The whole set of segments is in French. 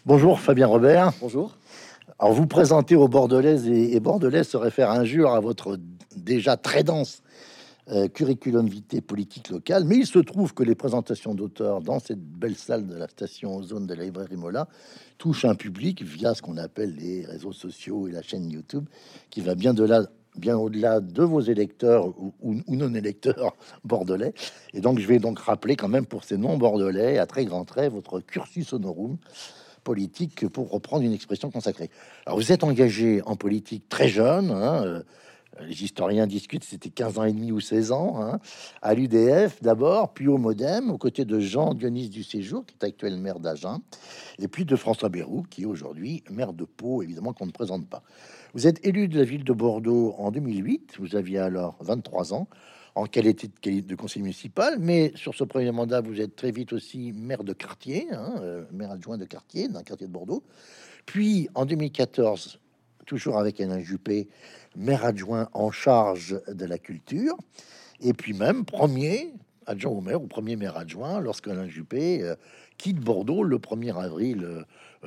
Bonjour Fabien Robert. Bonjour. Alors vous présentez aux Bordelaises et Bordelais serait faire injure à votre déjà très dense curriculum vitae politique locale, mais il se trouve que les présentations d'auteurs dans cette belle salle de la station Ozone de la librairie Mola touchent un public via ce qu'on appelle les réseaux sociaux et la chaîne YouTube, qui va bien au-delà de vos électeurs ou non-électeurs bordelais. Et donc je vais donc rappeler quand même pour ces non-bordelais à très grands traits votre cursus honorum politique, pour reprendre une expression consacrée. Alors, vous êtes engagé en politique très jeune, hein, les historiens discutent, c'était 15 ans et demi ou 16 ans, hein, à l'UDF d'abord, puis au MoDem, aux côtés de Jean-Dionys du Séjour, qui est actuel maire d'Agen, et puis de François Bayrou, qui est aujourd'hui maire de Pau, évidemment qu'on ne présente pas. Vous êtes élu de la ville de Bordeaux en 2008, vous aviez alors 23 ans, en qualité de conseiller municipal, mais sur ce premier mandat, vous êtes très vite aussi maire de quartier, hein, maire adjoint de quartier, d'un quartier de Bordeaux. Puis en 2014, toujours avec Alain Juppé, maire adjoint en charge de la culture, et puis même premier adjoint au maire ou premier maire adjoint lorsque Alain Juppé quitte Bordeaux le 1er avril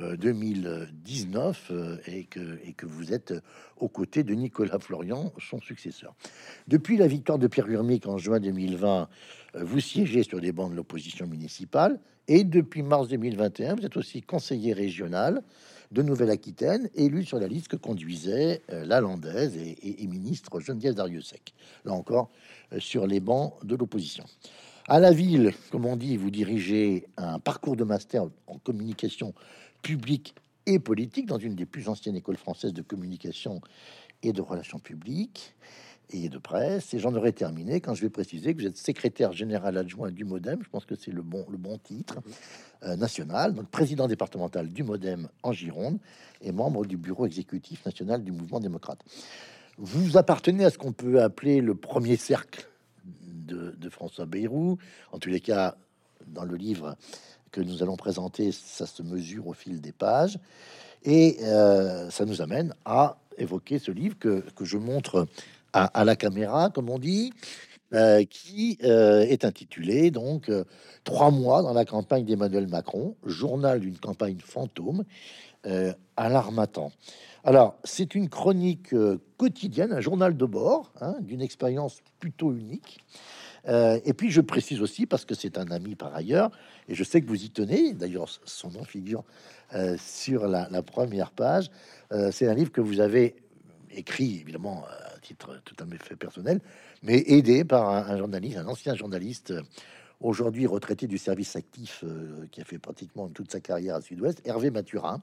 2019 et que vous êtes aux côtés de Nicolas Florian, son successeur. Depuis la victoire de Pierre Urmic en juin 2020, vous siégez sur des bancs de l'opposition municipale et depuis mars 2021, vous êtes aussi conseiller régional de Nouvelle-Aquitaine, élu sur la liste que conduisait la Landaise et ministre Geneviève Darrieussecq. Là encore, sur les bancs de l'opposition. À la ville, comme on dit, vous dirigez un parcours de master en communication publique et politique dans une des plus anciennes écoles françaises de communication et de relations publiques et de presse. Et j'en aurais terminé quand je vais préciser que vous êtes secrétaire général adjoint du MoDem. Je pense que c'est le bon titre national, donc président départemental du MoDem en Gironde et membre du bureau exécutif national du mouvement démocrate. Vous appartenez à ce qu'on peut appeler le premier cercle de François Bayrou. En tous les cas, dans le livre que nous allons présenter, ça se mesure au fil des pages. Et ça nous amène à évoquer ce livre que je montre à la caméra, comme on dit, qui est intitulé donc 3 mois dans la campagne d'Emmanuel Macron, journal d'une campagne fantôme à l'Harmattan. Alors, c'est une chronique quotidienne, un journal de bord, hein, d'une expérience plutôt unique. Et puis, je précise aussi, parce que c'est un ami par ailleurs, et je sais que vous y tenez, d'ailleurs, son nom figure sur la première page. C'est un livre que vous avez écrit, évidemment, à titre tout à fait personnel, mais aidé par un journaliste, un ancien journaliste, aujourd'hui retraité du service actif, qui a fait pratiquement toute sa carrière à Sud-Ouest, Hervé Mathurin.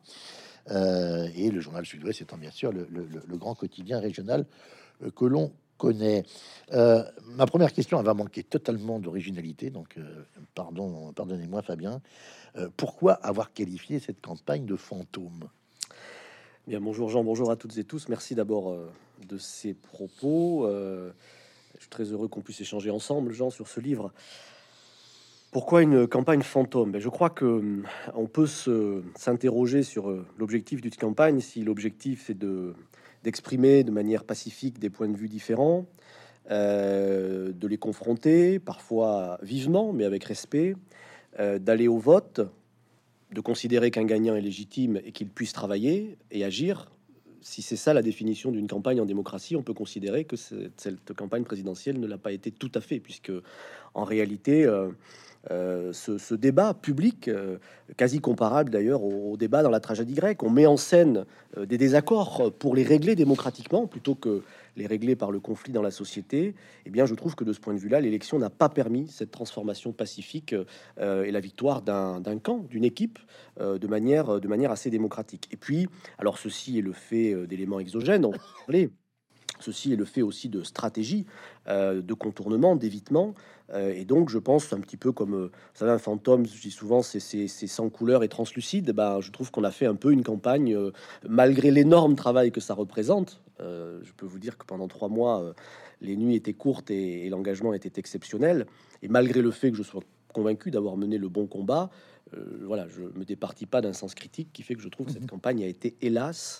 Et le journal Sud-Ouest étant bien sûr le grand quotidien régional que l'on connaît. Ma première question, elle va manquer totalement d'originalité, donc pardonnez-moi Fabien. Pourquoi avoir qualifié cette campagne de fantôme? Bien, bonjour Jean, bonjour à toutes et tous. Merci d'abord de ces propos. Je suis très heureux qu'on puisse échanger ensemble, Jean, sur ce livre. Pourquoi une campagne fantôme? Je crois que on peut s'interroger sur l'objectif d'une campagne. Si l'objectif c'est d'exprimer de manière pacifique des points de vue différents, de les confronter, parfois vivement, mais avec respect, d'aller au vote, de considérer qu'un gagnant est légitime et qu'il puisse travailler et agir. Si c'est ça la définition d'une campagne en démocratie, on peut considérer que cette campagne présidentielle ne l'a pas été tout à fait, puisque en réalité, ce débat public, quasi comparable d'ailleurs au débat dans la tragédie grecque, on met en scène des désaccords pour les régler démocratiquement plutôt que les régler par le conflit dans la société. Eh bien, je trouve que de ce point de vue-là, l'élection n'a pas permis cette transformation pacifique et la victoire d'un camp, d'une équipe, de manière assez démocratique. Et puis, alors ceci est le fait d'éléments exogènes, on peut en parler. Ceci est le fait aussi de stratégie, de contournement, d'évitement. Et donc, je pense un petit peu comme, vous savez, un fantôme, je dis souvent, c'est sans couleur et translucide. Ben, je trouve qu'on a fait un peu une campagne, malgré l'énorme travail que ça représente. Je peux vous dire que pendant 3 mois, les nuits étaient courtes et l'engagement était exceptionnel. Et malgré le fait que je sois convaincu d'avoir mené le bon combat, voilà, je me départis pas d'un sens critique qui fait que je trouve que cette campagne a été, hélas,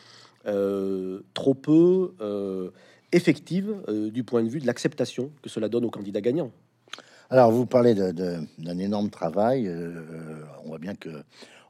trop peu effective du point de vue de l'acceptation que cela donne aux candidats gagnants. Alors, vous parlez d'un énorme travail. On voit bien que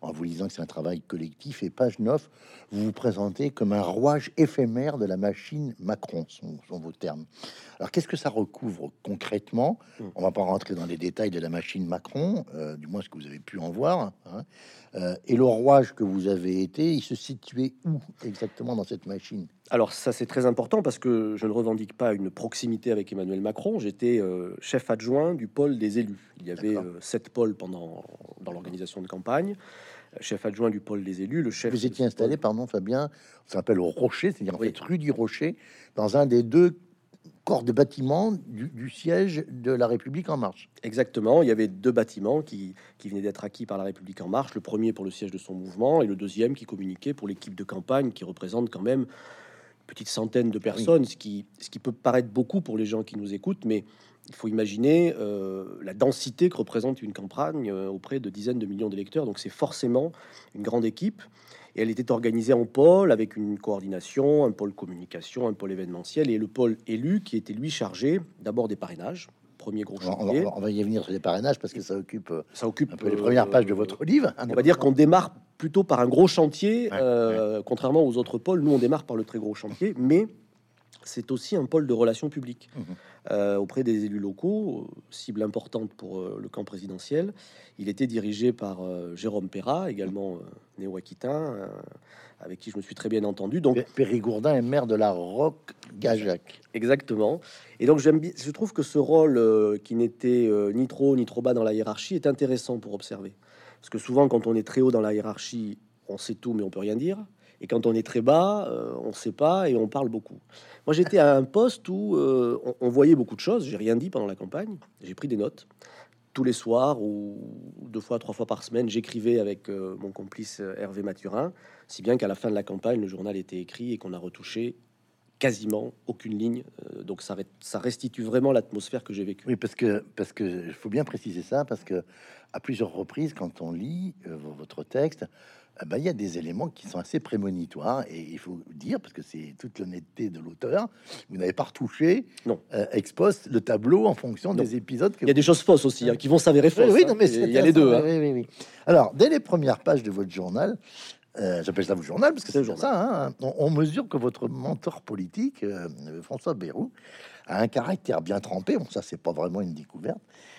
en vous disant que c'est un travail collectif. Et page 9, vous vous présentez comme un rouage éphémère de la machine Macron, sont vos termes. Alors, qu'est-ce que ça recouvre concrètement? On va pas rentrer dans les détails de la machine Macron, du moins ce que vous avez pu en voir, hein. Et le rouage que vous avez été, il se situait où exactement dans cette machine? Alors ça, c'est très important parce que je ne revendique pas une proximité avec Emmanuel Macron. J'étais chef adjoint du pôle des élus. Il y avait 7 pôles dans l'organisation de campagne. Chef adjoint du pôle des élus, le chef... Vous étiez installé, pardon Fabien, ça s'appelle au Rocher, c'est-à-dire en Oui. fait rue du Rocher, dans un des deux corps de bâtiments du siège de La République En Marche. Exactement, il y avait 2 bâtiments qui venaient d'être acquis par La République En Marche. Le premier pour le siège de son mouvement et le deuxième qui communiquait pour l'équipe de campagne qui représente quand même une petite centaine de personnes, ce qui peut paraître beaucoup pour les gens qui nous écoutent, mais il faut imaginer la densité que représente une campagne auprès de dizaines de millions d'électeurs. Donc c'est forcément une grande équipe. Et elle était organisée en pôle avec une coordination, un pôle communication, un pôle événementiel et le pôle élu qui était lui chargé d'abord des parrainages. Premier gros chantier. On va y venir sur les parrainages parce que ça occupe un peu les les premières pages de votre livre. On va dire qu'on démarre plutôt par un gros chantier, Ouais. contrairement aux autres pôles. Nous, on démarre par le très gros chantier, mais c'est aussi un pôle de relations publiques auprès des élus locaux, cible importante pour le camp présidentiel. Il était dirigé par Jérôme Perra, également néo-aquitain, avec qui je me suis très bien entendu. Donc Périgourdin est maire de la Roque-Gajac. exactement. Et donc je trouve que ce rôle qui n'était ni trop haut ni trop bas dans la hiérarchie est intéressant pour observer. Parce que souvent, quand on est très haut dans la hiérarchie, on sait tout, mais on peut rien dire. Et quand on est très bas, on sait pas et on parle beaucoup. Moi, j'étais à un poste où on voyait beaucoup de choses. J'ai rien dit pendant la campagne. J'ai pris des notes tous les soirs ou 2 fois, 3 fois par semaine. J'écrivais avec mon complice Hervé Mathurin, si bien qu'à la fin de la campagne, le journal était écrit et qu'on a retouché quasiment aucune ligne. Donc ça restitue vraiment l'atmosphère que j'ai vécue. Oui, parce que il faut bien préciser ça, parce que à plusieurs reprises, quand on lit votre texte, il y a des éléments qui sont assez prémonitoires et il faut dire, parce que c'est toute l'honnêteté de l'auteur, vous n'avez pas retouché, Non. ex post, le tableau en fonction Non. des épisodes. Il y a des choses fausses aussi qui vont s'avérer fausses. Oui, non, mais il y a les deux. Oui, oui, oui. Alors, dès les premières pages de votre journal, j'appelle ça votre journal parce que c'est ça, hein, on mesure que votre mentor politique, François Bayrou, a un caractère bien trempé. Bon, ça, c'est pas vraiment une découverte.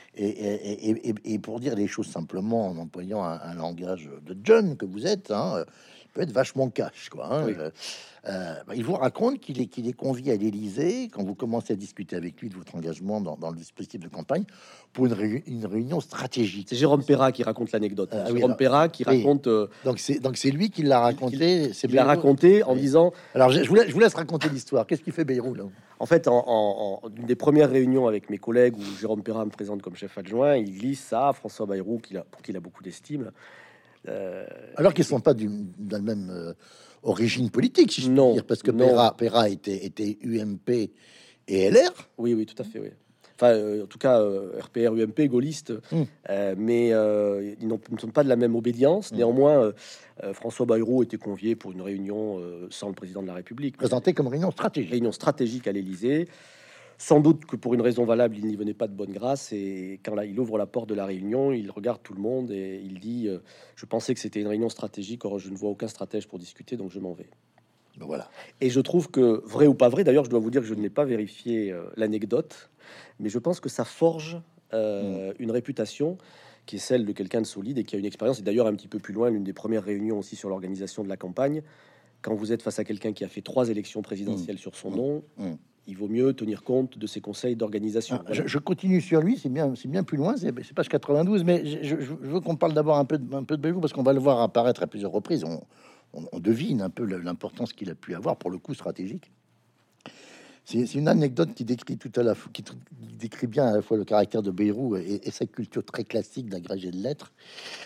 Et pour dire les choses simplement en employant un langage de John que vous êtes, hein, peut être vachement cash, quoi. Hein. Oui. Il vous raconte qu'il est convié à l'Élysée quand vous commencez à discuter avec lui de votre engagement dans le dispositif de campagne pour une réunion stratégique. C'est Jérôme Perra qui raconte l'anecdote. Oui, Jérôme Perra qui raconte. Donc c'est lui qui l'a raconté. Il l'a raconté en disant. Alors je vous laisse raconter l'histoire. Qu'est-ce qu'il fait Bayrou là? En fait, en une des premières réunions avec mes collègues où Jérôme Perra me présente comme chef adjoint, il lit ça à François Bayrou, pour qui il a beaucoup d'estime. Alors qu'ils sont pas de la même origine politique, si je puis Non, dire, parce que non. Perra était UMP et LR. Oui, oui, tout à fait, oui. Enfin, en tout cas, RPR, UMP, gaulliste, mais ils ne sont pas de la même obédience. Néanmoins, François Bayrou était convié pour une réunion sans le président de la République. Présenté comme réunion stratégique. Réunion stratégique à l'Élysée. Sans doute que pour une raison valable, il n'y venait pas de bonne grâce. Et quand là, il ouvre la porte de la réunion, il regarde tout le monde et il dit je pensais que c'était une réunion stratégique, or je ne vois aucun stratège pour discuter, donc je m'en vais. Ben voilà. Et je trouve que, vrai ou pas vrai, d'ailleurs, je dois vous dire que je n'ai pas vérifié l'anecdote, mais je pense que ça forge une réputation qui est celle de quelqu'un de solide et qui a une expérience. Et d'ailleurs, un petit peu plus loin, l'une des premières réunions aussi sur l'organisation de la campagne, quand vous êtes face à quelqu'un qui a fait 3 élections présidentielles sur son nom, il vaut mieux tenir compte de ses conseils d'organisation. Voilà. Je continue sur lui, c'est bien plus loin, c'est page 92, mais je veux qu'on parle d'abord un peu de Bayrou, parce qu'on va le voir apparaître à plusieurs reprises. On devine un peu l'importance qu'il a pu avoir, pour le coup stratégique. C'est une anecdote qui décrit qui décrit bien à la fois le caractère de Bayrou et sa culture très classique d'agrégé de lettres.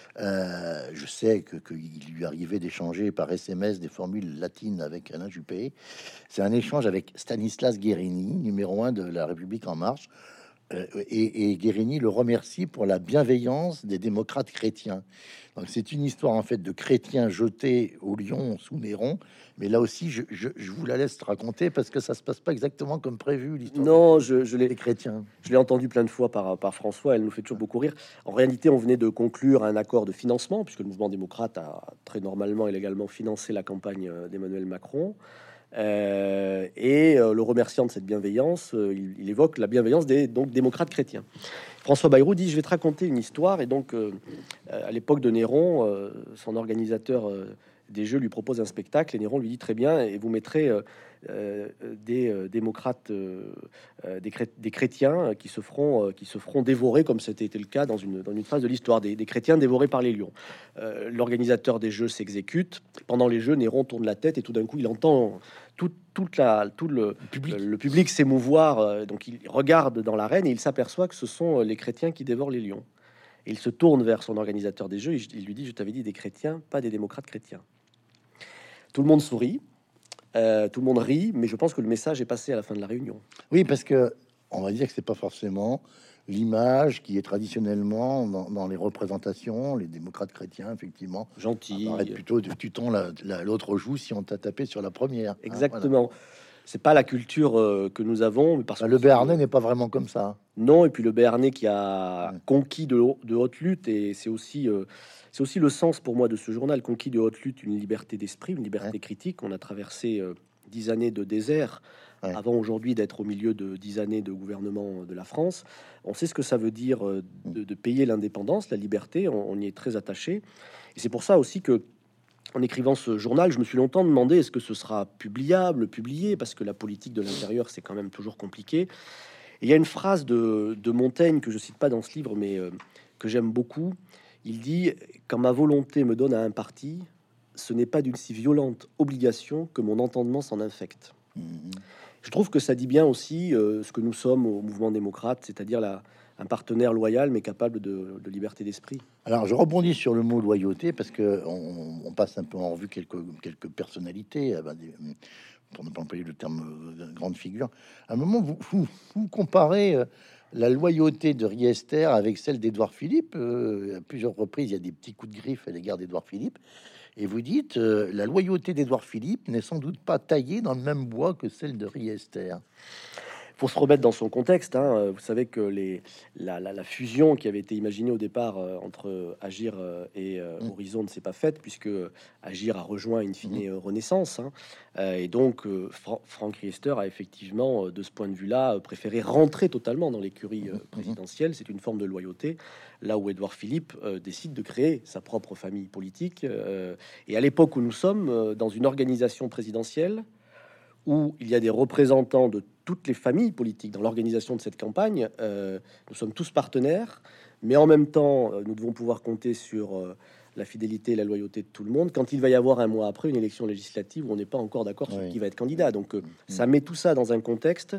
Je sais qu'il lui arrivait d'échanger par SMS des formules latines avec Alain Juppé. C'est un échange avec Stanislas Guérini, numéro 1 de La République En Marche, et Guérini le remercie pour la bienveillance des démocrates chrétiens. Donc c'est une histoire en fait de chrétiens jetés au lion sous Néron, mais là aussi je vous la laisse raconter parce que ça se passe pas exactement comme prévu l'histoire Non, des chrétiens. je l'ai entendu plein de fois par François, elle nous fait toujours beaucoup rire. En réalité, on venait de conclure un accord de financement, puisque le mouvement démocrate a très normalement et légalement financé la campagne d'Emmanuel Macron. Le remerciant de cette bienveillance, il évoque la bienveillance des donc démocrates chrétiens. François Bayrou dit: je vais te raconter une histoire. Et donc, à l'époque de Néron, son organisateur des Jeux lui propose un spectacle, et Néron lui dit: très bien, et vous mettrez des démocrates, des chrétiens qui se feront dévorer, comme c'était été le cas dans une phase de l'histoire, des chrétiens dévorés par les lions. L'organisateur des Jeux s'exécute. Pendant les Jeux, Néron tourne la tête et tout d'un coup, il entend tout le public s'émouvoir. Donc il regarde dans l'arène et il s'aperçoit que ce sont les chrétiens qui dévorent les lions. Et il se tourne vers son organisateur des Jeux et il lui dit: je t'avais dit des chrétiens, pas des démocrates chrétiens. Tout le monde sourit, tout le monde rit, mais je pense que le message est passé à la fin de la réunion. Oui, parce que on va dire que c'est pas forcément l'image qui est traditionnellement dans les représentations. Les démocrates chrétiens, effectivement, Gentil. arrête plutôt de tu tons l'autre joue si on t'a tapé sur la première. Hein, Exactement. voilà. C'est pas la culture que nous avons, parce que Le Béarnais n'est pas vraiment comme ça. non. Et puis le Béarnais qui a conquis de haute lutte, et c'est aussi le sens pour moi de ce journal, conquis de haute lutte, une liberté d'esprit, une liberté critique. On a traversé 10 années de désert avant aujourd'hui d'être au milieu de 10 années de gouvernement de la France. On sait ce que ça veut dire de payer l'indépendance, la liberté. On y est très attaché. Et c'est pour ça aussi que, en écrivant ce journal, je me suis longtemps demandé: est-ce que ce sera publié, parce que la politique de l'intérieur, c'est quand même toujours compliqué. Et il y a une phrase de Montaigne que je cite pas dans ce livre, mais que j'aime beaucoup. Il dit: quand ma volonté me donne à un parti, ce n'est pas d'une si violente obligation que mon entendement s'en infecte. Je trouve que ça dit bien aussi ce que nous sommes au mouvement démocrate, c'est-à-dire un partenaire loyal mais capable de liberté d'esprit. Alors, je rebondis sur le mot loyauté parce que on passe un peu en revue quelques personnalités, pour ne pas employer le terme grande figure. À un moment, vous comparez la loyauté de Riester avec celle d'Édouard Philippe. À plusieurs reprises, il y a des petits coups de griffe à l'égard d'Édouard Philippe. Et vous dites, la loyauté d'Édouard Philippe n'est sans doute pas taillée dans le même bois que celle de Riester. Pour se remettre dans son contexte, hein, vous savez que la fusion qui avait été imaginée au départ entre Agir et Horizon ne s'est pas faite, puisque Agir a rejoint in fine Renaissance. Hein. Et donc, Franck Riester a effectivement, de ce point de vue-là, préféré rentrer totalement dans l'écurie présidentielle. C'est une forme de loyauté, là où Édouard Philippe décide de créer sa propre famille politique. Et à l'époque où nous sommes, dans une organisation présidentielle, où il y a des représentants de toutes les familles politiques dans l'organisation de cette campagne, nous sommes tous partenaires, mais en même temps, nous devons pouvoir compter sur la fidélité et la loyauté de tout le monde. Quand il va y avoir un mois après une élection législative où on n'est pas encore d'accord sur qui va être candidat, donc ça met tout ça dans un contexte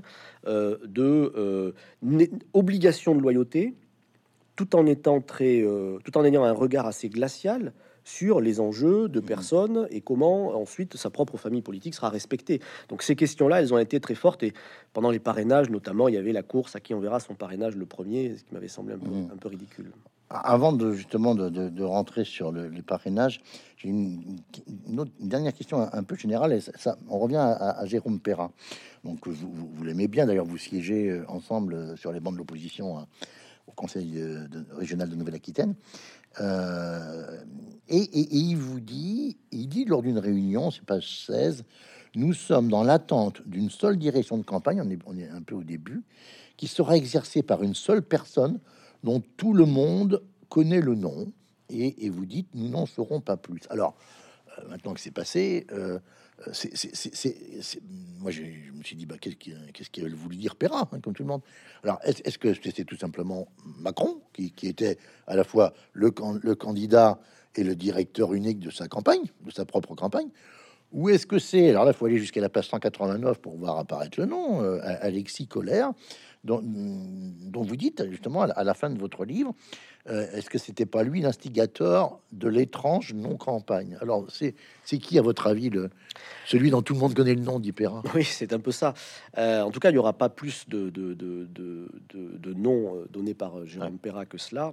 obligation de loyauté, tout en ayant un regard assez glacial sur les enjeux de personnes et comment ensuite sa propre famille politique sera respectée. Donc ces questions-là, elles ont été très fortes, et pendant les parrainages notamment, il y avait la course à qui on verra son parrainage le premier, ce qui m'avait semblé un peu ridicule. Avant de rentrer sur les parrainages, j'ai une dernière question un peu générale, et on revient à Jérôme Perrin. Donc vous l'aimez bien, d'ailleurs, vous siégez ensemble sur les bancs de l'opposition au Conseil régional de Nouvelle-Aquitaine. Et il dit lors d'une réunion, c'est page 16, nous sommes dans l'attente d'une seule direction de campagne, on est un peu au début, qui sera exercée par une seule personne dont tout le monde connaît le nom, et vous dites, nous n'en saurons pas plus. Alors, maintenant que c'est passé, moi je me suis dit, bah, qu'est-ce qu'il voulu dire Perrin, hein, comme tout le monde. Alors, est-ce que c'est tout simplement Macron qui était à la fois le candidat et le directeur unique de sa campagne, de sa propre campagne, ou est-ce que c'est, alors là, il faut aller jusqu'à la page 189 pour voir apparaître le nom, Alexis Collère, dont vous dites justement à la fin de votre livre, est-ce que c'était pas lui l'instigateur de l'étrange non-campagne? Alors, c'est qui, à votre avis, celui dont tout le monde connaît le nom d'Ipera? Oui, c'est un peu ça. En tout cas, il n'y aura pas plus de noms donnés par Jérôme Perra que cela.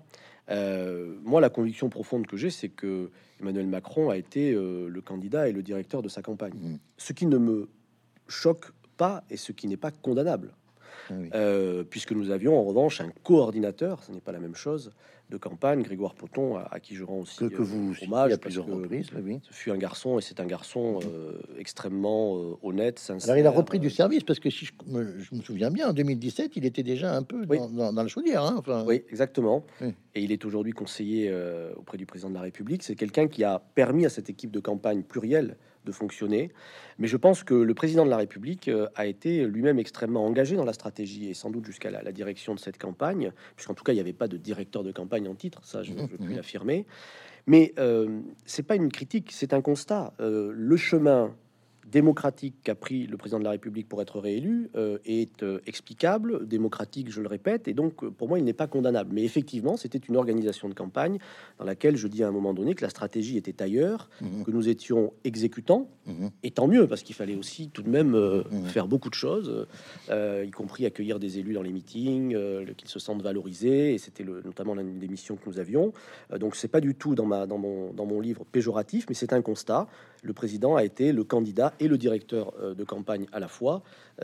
Moi, la conviction profonde que j'ai, c'est que Emmanuel Macron a été le candidat et le directeur de sa campagne. Ce qui ne me choque pas et ce qui n'est pas condamnable. Oui. Puisque nous avions en revanche un coordinateur, ce n'est pas la même chose, de campagne, Grégoire Poton, à qui je rends aussi que vous hommage, à plusieurs reprises, oui. ce fut un garçon, et c'est un garçon extrêmement honnête, sincère. Alors, il a repris du service, parce que si je me souviens bien, en 2017, il était déjà un peu Oui. dans la chaudière. Hein, enfin, Oui, exactement. Oui. Et il est aujourd'hui conseiller auprès du président de la République. C'est quelqu'un qui a permis à cette équipe de campagne plurielle de fonctionner. Mais je pense que le président de la République a été lui-même extrêmement engagé dans la stratégie et sans doute jusqu'à la direction de cette campagne, puisqu'en tout cas, il n'y avait pas de directeur de campagne en titre, ça je puis l'affirmer. Mais c'est pas une critique, c'est un constat. Le chemin démocratique qu'a pris le président de la République pour être réélu est explicable, démocratique, je le répète, et donc pour moi il n'est pas condamnable. Mais effectivement, c'était une organisation de campagne dans laquelle je dis à un moment donné que la stratégie était ailleurs, que nous étions exécutants, et tant mieux, parce qu'il fallait aussi tout de même faire beaucoup de choses, y compris accueillir des élus dans les meetings, qu'ils se sentent valorisés, et c'était notamment l'une des missions que nous avions. Donc c'est pas du tout dans mon livre péjoratif, mais c'est un constat. Le président a été le candidat et le directeur de campagne à la fois.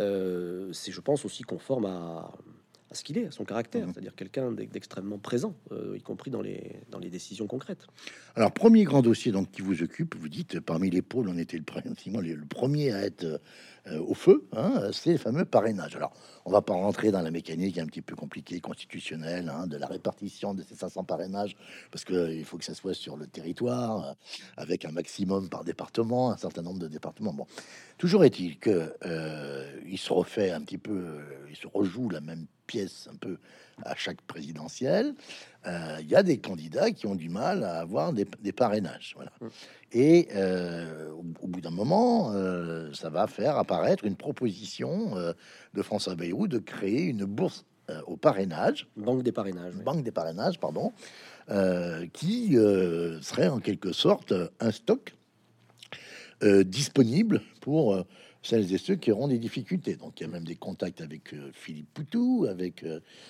C'est, je pense, aussi conforme à ce qu'il est, à son caractère, c'est-à-dire quelqu'un d'extrêmement présent, y compris dans les décisions concrètes. Alors, premier grand dossier donc qui vous occupe, vous dites parmi les pôles, on était le premier à être au feu, hein, c'est le fameux parrainage. Alors, on va pas rentrer dans la mécanique un petit peu compliquée, constitutionnelle, hein, de la répartition de ces 500 parrainages, parce que il faut que ça soit sur le territoire, avec un maximum par département, un certain nombre de départements. Bon, toujours est-il que il se refait un petit peu, il se rejoue la même pièce un peu à chaque présidentielle. Il y a des candidats qui ont du mal à avoir des parrainages, voilà. Et au bout d'un moment, ça va faire apparaître une proposition de François Bayrou de créer une bourse au parrainage, Banque des parrainages. Oui. banque des parrainages, pardon, qui serait en quelque sorte un stock disponible pour celles et ceux qui auront des difficultés. Donc, il y a même des contacts avec Philippe Poutou, avec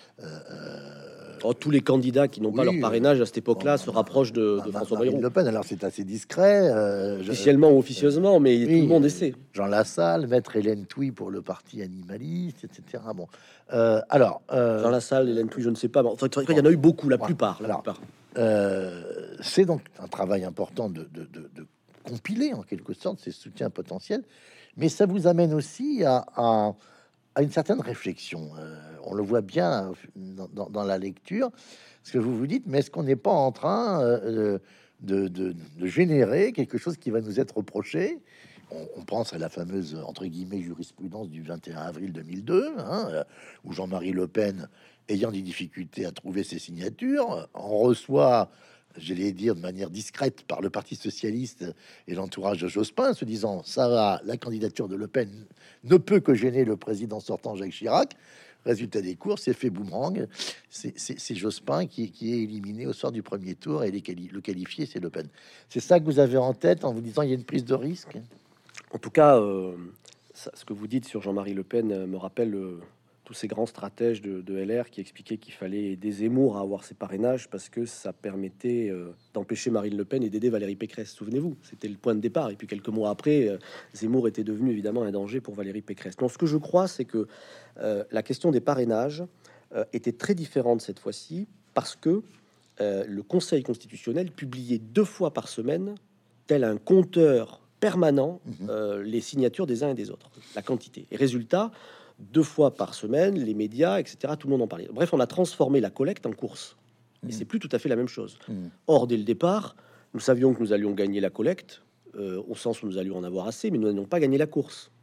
Tous les candidats qui n'ont pas leur parrainage à cette époque-là se rapprochent de François Bayrou. Le Pen. Alors, c'est assez discret. Officiellement ou officieusement, mais tout le monde essaie. Jean Lassalle, Maître Hélène Touy pour le parti animaliste, etc. Bon, alors... Jean Lassalle, Hélène Touy, je ne sais pas. Enfin, il y en a eu beaucoup, la plupart. C'est donc un travail important de compiler, en quelque sorte, ces soutiens potentiels. Mais ça vous amène aussi à une certaine réflexion. On le voit bien dans la lecture, ce que vous vous dites, mais est-ce qu'on n'est pas en train de générer quelque chose qui va nous être reproché? On pense à la fameuse, entre guillemets, jurisprudence du 21 avril 2002, hein, où Jean-Marie Le Pen, ayant des difficultés à trouver ses signatures, en reçoit, j'allais dire de manière discrète, par le Parti socialiste et l'entourage de Jospin, se disant ça va, la candidature de Le Pen ne peut que gêner le président sortant Jacques Chirac. Résultat des courses, c'est fait boomerang. C'est Jospin qui est éliminé au soir du premier tour, et le qualifié, c'est Le Pen. C'est ça que vous avez en tête en vous disant il y a une prise de risque? En tout cas, ce que vous dites sur Jean-Marie Le Pen me rappelle tous ces grands stratèges de LR qui expliquaient qu'il fallait aider Zemmour à avoir ses parrainages parce que ça permettait d'empêcher Marine Le Pen et d'aider Valérie Pécresse. Souvenez-vous, c'était le point de départ. Et puis quelques mois après, Zemmour était devenu évidemment un danger pour Valérie Pécresse. Donc ce que je crois, c'est que la question des parrainages était très différente cette fois-ci parce que le Conseil constitutionnel publiait 2 fois par semaine, tel un compteur permanent, les signatures des uns et des autres, la quantité. Et résultat, 2 fois par semaine, les médias, etc., tout le monde en parlait. Bref, on a transformé la collecte en course. Et c'est plus tout à fait la même chose. Or, dès le départ, nous savions que nous allions gagner la collecte, au sens où nous allions en avoir assez, mais nous n'allions pas gagner la course.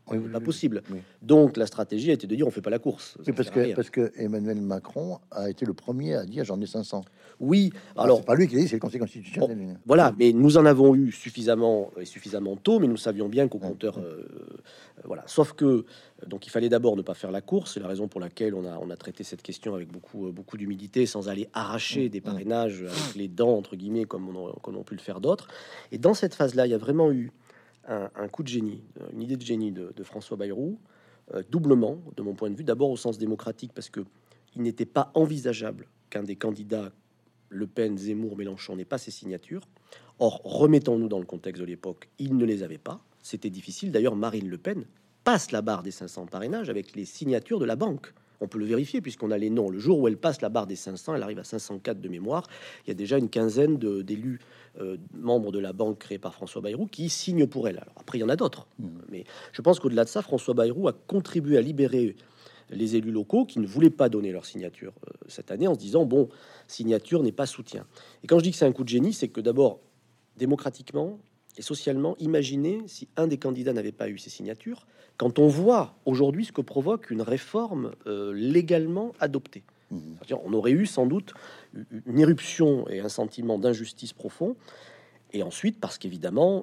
Oui, C'est pas possible. oui. Donc la stratégie a été de dire on fait pas la course. Ça Oui, sert à rien. parce que Emmanuel Macron a été le premier à dire j'en ai 500. Oui, Alors, c'est alors pas lui qui l'a dit, c'est le Conseil bon, constitutionnel. voilà, mais nous en avons eu suffisamment et suffisamment tôt, mais nous savions bien qu'au compteur, voilà. Sauf que donc il fallait d'abord ne pas faire la course. C'est la raison pour laquelle on a traité cette question avec beaucoup d'humilité, sans aller arracher des parrainages avec les dents entre guillemets comme on pu le faire d'autres. Et dans cette phase-là, il y a vraiment eu un coup de génie, une idée de génie de François Bayrou, doublement de mon point de vue. D'abord au sens démocratique parce que il n'était pas envisageable qu'un des candidats le Pen, Zemmour, Mélenchon n'aient pas ces signatures. Or, remettons-nous dans le contexte de l'époque, ils ne les avaient pas. C'était difficile. D'ailleurs, Marine Le Pen passe la barre des 500 parrainages avec les signatures de la banque. On peut le vérifier puisqu'on a les noms. Le jour où elle passe la barre des 500, elle arrive à 504 de mémoire. Il y a déjà une quinzaine d'élus membres de la banque créée par François Bayrou qui signent pour elle. Alors, après, il y en a d'autres. Mais je pense qu'au-delà de ça, François Bayrou a contribué à libérer les élus locaux qui ne voulaient pas donner leur signature cette année en se disant bon, signature n'est pas soutien. Et quand je dis que c'est un coup de génie, c'est que d'abord, démocratiquement et socialement, imaginez si un des candidats n'avait pas eu ces signatures, quand on voit aujourd'hui ce que provoque une réforme légalement adoptée. C'est-à-dire, on aurait eu sans doute une éruption et un sentiment d'injustice profond. Et ensuite, parce qu'évidemment,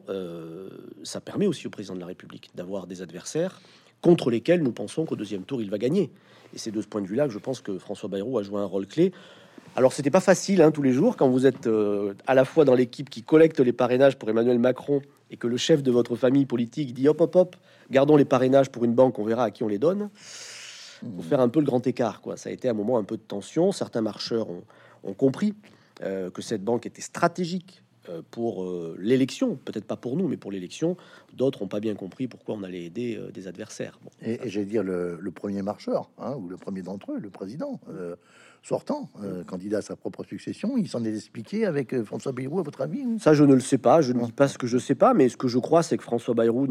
ça permet aussi au président de la République d'avoir des adversaires contre lesquels nous pensons qu'au deuxième tour, il va gagner. Et c'est de ce point de vue-là que je pense que François Bayrou a joué un rôle clé. Alors, c'était pas facile tous les jours quand vous êtes à la fois dans l'équipe qui collecte les parrainages pour Emmanuel Macron et que le chef de votre famille politique dit hop, hop, hop, gardons les parrainages pour une banque, on verra à qui on les donne. Faut faire un peu le grand écart, quoi. Ça a été un moment un peu de tension. Certains marcheurs ont compris que cette banque était stratégique pour l'élection, peut-être pas pour nous, mais pour l'élection. D'autres n'ont pas bien compris pourquoi on allait aider des adversaires. Bon, Et j'allais dire le premier marcheur, ou le premier d'entre eux, le président sortant, candidat à sa propre succession, il s'en est expliqué avec François Bayrou, à votre avis? ça, je ne le sais pas. Je ne Non. dis pas ce que je sais pas, mais ce que je crois, c'est que François Bayrou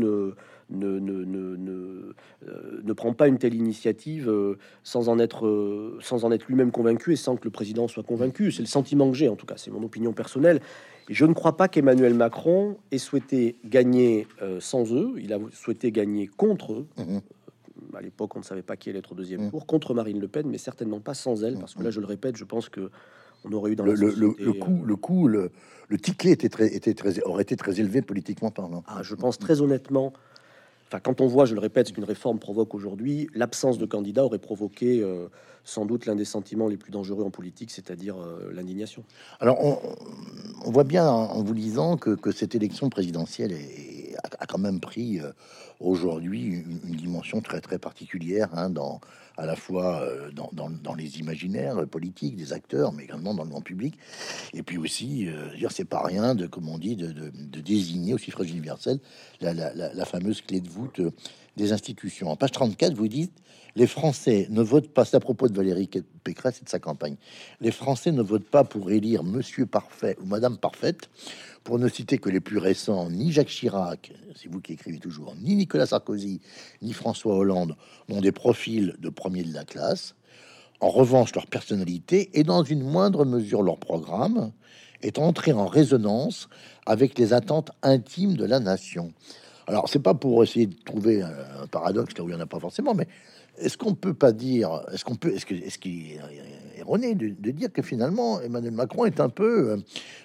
ne prend pas une telle initiative sans en être lui-même convaincu et sans que le président soit convaincu. C'est le sentiment que j'ai, en tout cas, c'est mon opinion personnelle. Et je ne crois pas qu'Emmanuel Macron ait souhaité gagner sans eux. Il a souhaité gagner contre eux. À l'époque, on ne savait pas qui allait être au deuxième tour, contre Marine Le Pen, mais certainement pas sans elle, parce que là, je le répète, je pense que on aurait eu dans la société, le ticket aurait été très élevé politiquement parlant. je pense très honnêtement. Enfin, quand on voit, je le répète, ce qu'une réforme provoque aujourd'hui, l'absence de candidat aurait provoqué sans doute l'un des sentiments les plus dangereux en politique, c'est-à-dire l'indignation. Alors, on voit bien en vous lisant que cette élection présidentielle a quand même pris aujourd'hui une dimension très très particulière, à la fois dans les imaginaires politiques des acteurs, mais également dans le grand public. Et puis aussi, dire c'est pas rien comme on dit, de désigner au suffrage universel la fameuse clé de voûte des institutions. En page 34, vous dites les Français ne votent pas, c'est à propos de Valérie Pécresse et de sa campagne, les Français ne votent pas pour élire Monsieur Parfait ou Madame Parfaite, pour ne citer que les plus récents, ni Jacques Chirac, c'est vous qui écrivez toujours, ni Nicolas Sarkozy, ni François Hollande n'ont des profils de premier de la classe. En revanche, leur personnalité et dans une moindre mesure leur programme est entré en résonance avec les attentes intimes de la nation. Alors, c'est pas pour essayer de trouver un paradoxe là où il y en a pas forcément, mais est-ce qu'on peut pas dire, est-ce qu'il est erroné de dire que finalement Emmanuel Macron est un peu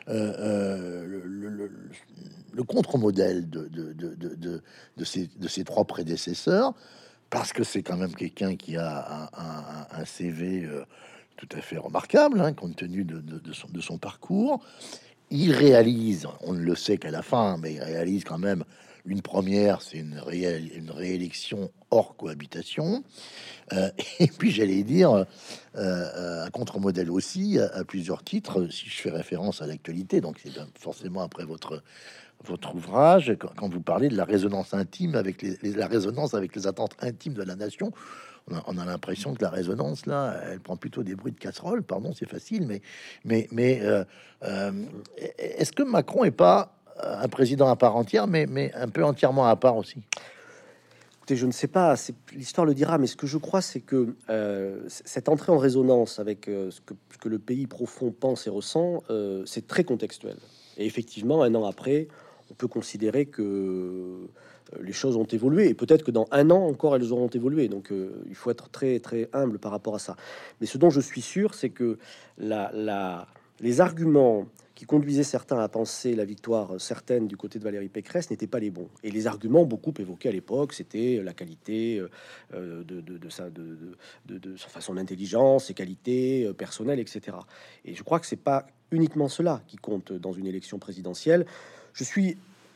le contre-modèle de ses trois prédécesseurs, parce que c'est quand même quelqu'un qui a un CV tout à fait remarquable, compte tenu de son parcours. Il réalise, on ne le sait qu'à la fin, mais il réalise quand même une première, c'est une réélection hors cohabitation. Et puis j'allais dire un contre-modèle aussi à plusieurs titres, si je fais référence à l'actualité, donc c'est forcément après votre ouvrage, quand vous parlez de la résonance intime avec la résonance avec les attentes intimes de la nation. On a l'impression que la résonance là, elle prend plutôt des bruits de casserole. Pardon, c'est facile, mais est-ce que Macron est pas un président à part entière, mais un peu entièrement à part aussi? Écoutez, je ne sais pas, l'histoire le dira, mais ce que je crois, c'est que cette entrée en résonance avec ce que le pays profond pense et ressent, c'est très contextuel. Et effectivement, un an après, on peut considérer que les choses ont évolué, et peut-être que dans un an encore, elles auront évolué. Donc, il faut être très, très humble par rapport à ça. Mais ce dont je suis sûr, c'est que les arguments qui conduisaient certains à penser la victoire certaine du côté de Valérie Pécresse n'étaient pas les bons. Et les arguments beaucoup évoqués à l'époque, c'était la qualité son intelligence, ses qualités personnelles, etc. Et je crois que c'est pas uniquement cela qui compte dans une élection présidentielle. Je suis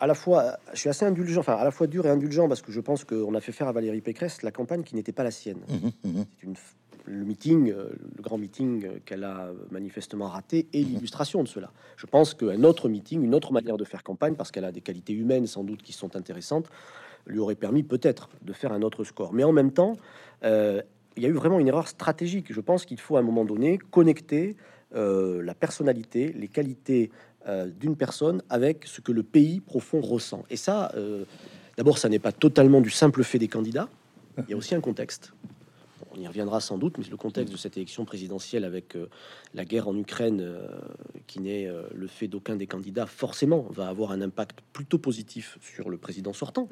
je suis assez indulgent, enfin à la fois dur et indulgent, parce que je pense qu'on a fait faire à Valérie Pécresse la campagne qui n'était pas la sienne. C'est le meeting, le grand meeting qu'elle a manifestement raté, est l'illustration de cela. Je pense qu'un autre meeting, une autre manière de faire campagne, parce qu'elle a des qualités humaines sans doute qui sont intéressantes, lui aurait permis peut-être de faire un autre score. Mais en même temps, il y a eu vraiment une erreur stratégique. Je pense qu'il faut à un moment donné connecter la personnalité, les qualités d'une personne avec ce que le pays profond ressent. Et ça, d'abord, ça n'est pas totalement du simple fait des candidats. Il y a aussi un contexte. On y reviendra sans doute, mais le contexte de cette élection présidentielle avec la guerre en Ukraine, qui n'est le fait d'aucun des candidats, forcément va avoir un impact plutôt positif sur le président sortant.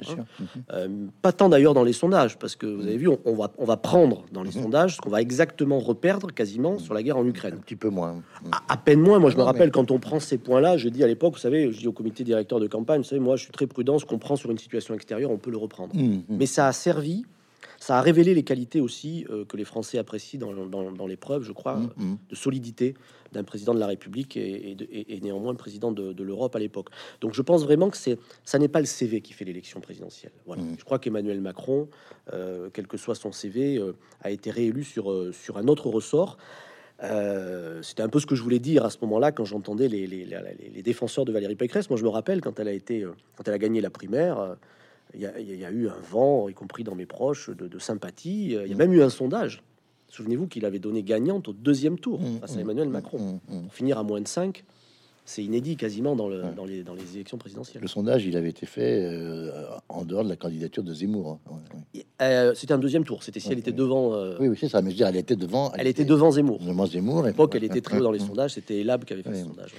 Pas tant d'ailleurs dans les sondages, parce que vous avez vu, on va prendre dans les sondages ce qu'on va exactement reperdre quasiment sur la guerre en Ukraine. Un petit peu moins. À peine moins. Moi, je me rappelle quand on prend ces points-là, je dis à l'époque, vous savez, je dis au comité directeur de campagne, vous savez, moi, je suis très prudent, ce qu'on prend sur une situation extérieure, on peut le reprendre. Mais ça a servi. Ça a révélé les qualités aussi que les Français apprécient dans l'épreuve, je crois, de solidité d'un président de la République et néanmoins président de l'Europe à l'époque. Donc je pense vraiment que ça n'est pas le CV qui fait l'élection présidentielle. Voilà. Je crois qu'Emmanuel Macron, quel que soit son CV, a été réélu sur un autre ressort. C'était un peu ce que je voulais dire à ce moment-là quand j'entendais les défenseurs de Valérie Pécresse. Moi, je me rappelle quand elle a gagné la primaire. Il y a eu un vent, y compris dans mes proches, de sympathie. Il y a même eu un sondage. Souvenez-vous qu'il avait donné gagnante au deuxième tour face à Emmanuel Macron. Pour finir à moins de 5, c'est inédit quasiment dans les élections présidentielles. Le sondage, il avait été fait en dehors de la candidature de Zemmour. C'était un deuxième tour. C'était si elle était devant. Oui, c'est ça. Mais je veux dire, elle était devant. Elle était devant Zemmour. Devant Zemmour. À l'époque, elle était très haut dans les sondages. C'était Elab qui avait fait ce sondage.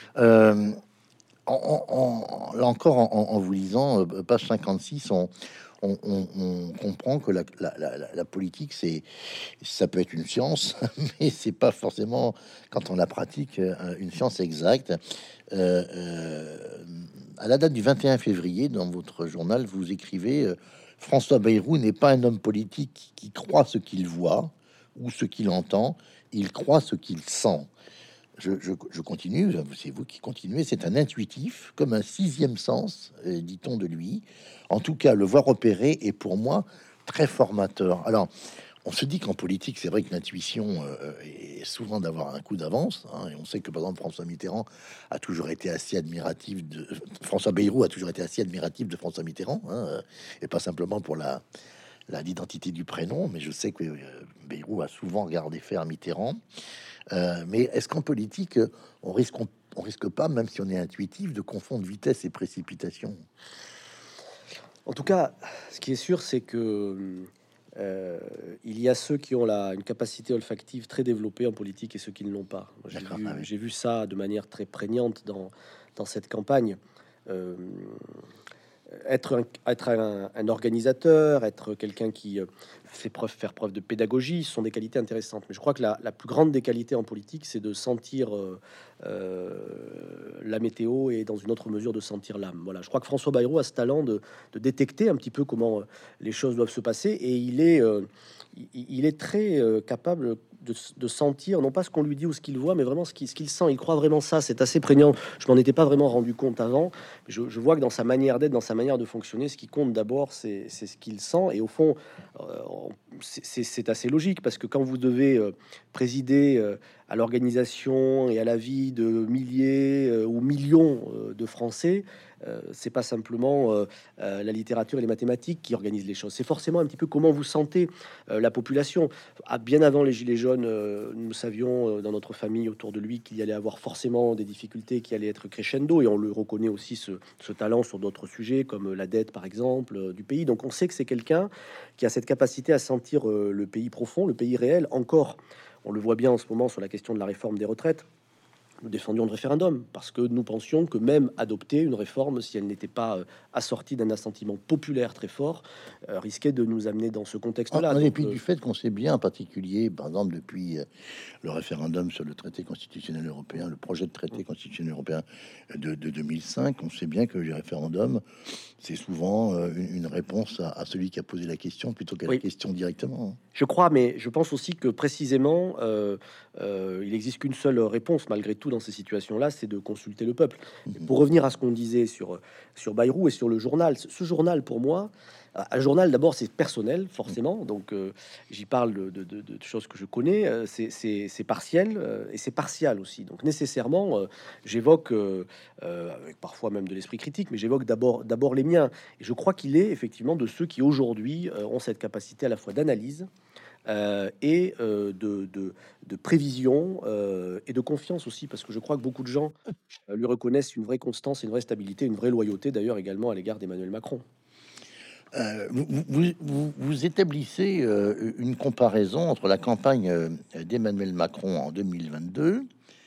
Là encore, en vous lisant, page 56, on comprend que la politique, ça peut être une science, mais c'est pas forcément, quand on la pratique, une science exacte. À la date du 21 février, dans votre journal, vous écrivez François Bayrou n'est pas un homme politique qui croit ce qu'il voit ou ce qu'il entend, il croit ce qu'il sent. Je continue, c'est vous qui continuez, c'est un intuitif, comme un sixième sens, dit-on de lui. En tout cas, le voir opérer est pour moi très formateur. Alors, on se dit qu'en politique, c'est vrai que l'intuition est souvent d'avoir un coup d'avance, hein, et on sait que, par exemple, François Mitterrand a toujours été assez admiratif de... François Bayrou a toujours été assez admiratif de François Mitterrand, hein, et pas simplement pour l'identité du prénom, mais je sais que Bayrou a souvent regardé faire Mitterrand. Mais est-ce qu'en politique, on risque pas, même si on est intuitif, de confondre vitesse et précipitation? En tout cas, ce qui est sûr, c'est que il y a ceux qui ont une capacité olfactive très développée en politique et ceux qui ne l'ont pas. J'ai vu ça de manière très prégnante dans cette campagne. Être un organisateur, être quelqu'un qui faire preuve de pédagogie, ce sont des qualités intéressantes. Mais je crois que la plus grande des qualités en politique, c'est de sentir la météo et dans une autre mesure de sentir l'âme. Voilà, je crois que François Bayrou a ce talent de détecter un petit peu comment les choses doivent se passer, et il est très capable de sentir, non pas ce qu'on lui dit ou ce qu'il voit, mais vraiment ce qu'il sent. Il croit vraiment ça. C'est assez prégnant. Je m'en étais pas vraiment rendu compte avant. Je vois que dans sa manière d'être, dans sa manière de fonctionner, ce qui compte d'abord, c'est ce qu'il sent. Et au fond, c'est assez logique, parce que quand vous devez présider à l'organisation et à la vie de milliers ou millions de Français, c'est pas simplement la littérature et les mathématiques qui organisent les choses. C'est forcément un petit peu comment vous sentez la population. Bien avant les Gilets jaunes, nous savions dans notre famille autour de lui qu'il y allait avoir forcément des difficultés qui allaient être crescendo, et on le reconnaît aussi ce talent sur d'autres sujets comme la dette par exemple du pays. Donc on sait que c'est quelqu'un qui a cette capacité à sentir le pays profond, le pays réel. Encore, on le voit bien en ce moment sur la question de la réforme des retraites. nous défendions le référendum, parce que nous pensions que même adopter une réforme, si elle n'était pas assortie d'un assentiment populaire très fort, risquait de nous amener dans ce contexte-là. En Donc, dépit du fait qu'on sait bien, en particulier, par exemple, depuis le référendum sur le traité constitutionnel européen, le projet de traité constitutionnel européen de 2005, on sait bien que le référendum, c'est souvent une réponse à celui qui a posé la question plutôt qu'à la oui, question directement. je crois, mais je pense aussi que précisément, il existe qu'une seule réponse malgré tout dans ces situations-là, c'est de consulter le peuple. Et Mhm. pour revenir à ce qu'on disait sur Bayrou et sur le journal, ce journal pour moi, un journal d'abord c'est personnel forcément, donc j'y parle de choses que je connais, c'est partiel et c'est partial aussi. Donc nécessairement, j'évoque avec parfois même de l'esprit critique, mais j'évoque d'abord les miens. Et je crois qu'il est effectivement de ceux qui aujourd'hui ont cette capacité à la fois d'analyse et de prévision et de confiance aussi, parce que je crois que beaucoup de gens lui reconnaissent une vraie constance, une vraie stabilité, une vraie loyauté d'ailleurs également à l'égard d'Emmanuel Macron. Vous établissez une comparaison entre la campagne d'Emmanuel Macron en 2022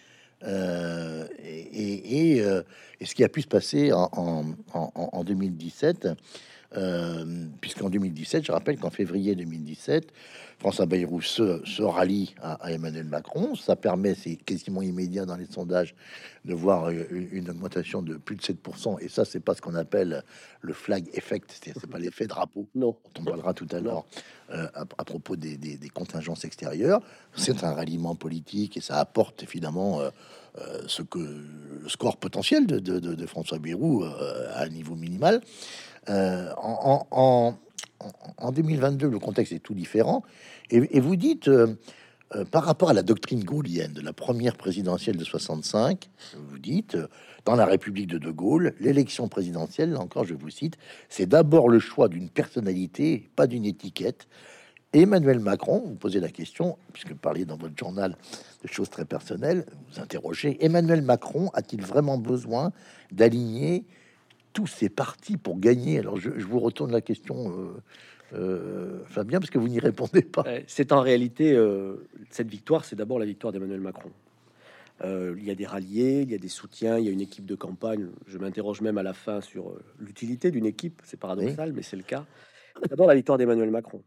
et ce qui a pu se passer en 2017. Puisqu'en 2017, je rappelle qu'en février 2017, François Bayrou se rallie à Emmanuel Macron. Ça permet, c'est quasiment immédiat dans les sondages, de voir une augmentation de plus de 7%. Et ça, c'est pas ce qu'on appelle le flag effect, c'est pas l'effet drapeau, Non, dont on parlera tout à non. l'heure à propos des contingences extérieures. C'est un ralliement politique et ça apporte évidemment ce que le score potentiel de François Bayrou à un niveau minimal. Euh, en, en, en 2022, le contexte est tout différent. Et vous dites, par rapport à la doctrine gaullienne de la première présidentielle de 65, vous dites, dans la République de Gaulle, l'élection présidentielle, là encore, je vous cite, c'est d'abord le choix d'une personnalité, pas d'une étiquette. Emmanuel Macron, vous posez la question, puisque vous parliez dans votre journal de choses très personnelles, vous interrogez, Emmanuel Macron a-t-il vraiment besoin d'aligner tous ces partis pour gagner? Alors je vous retourne la question, Fabien, parce que vous n'y répondez pas. C'est en réalité cette victoire, c'est d'abord la victoire d'Emmanuel Macron. Il y a des ralliés, il y a des soutiens, il y a une équipe de campagne. Je m'interroge même à la fin sur l'utilité d'une équipe. C'est Oui, paradoxal, mais c'est le cas. D'abord la victoire d'Emmanuel Macron,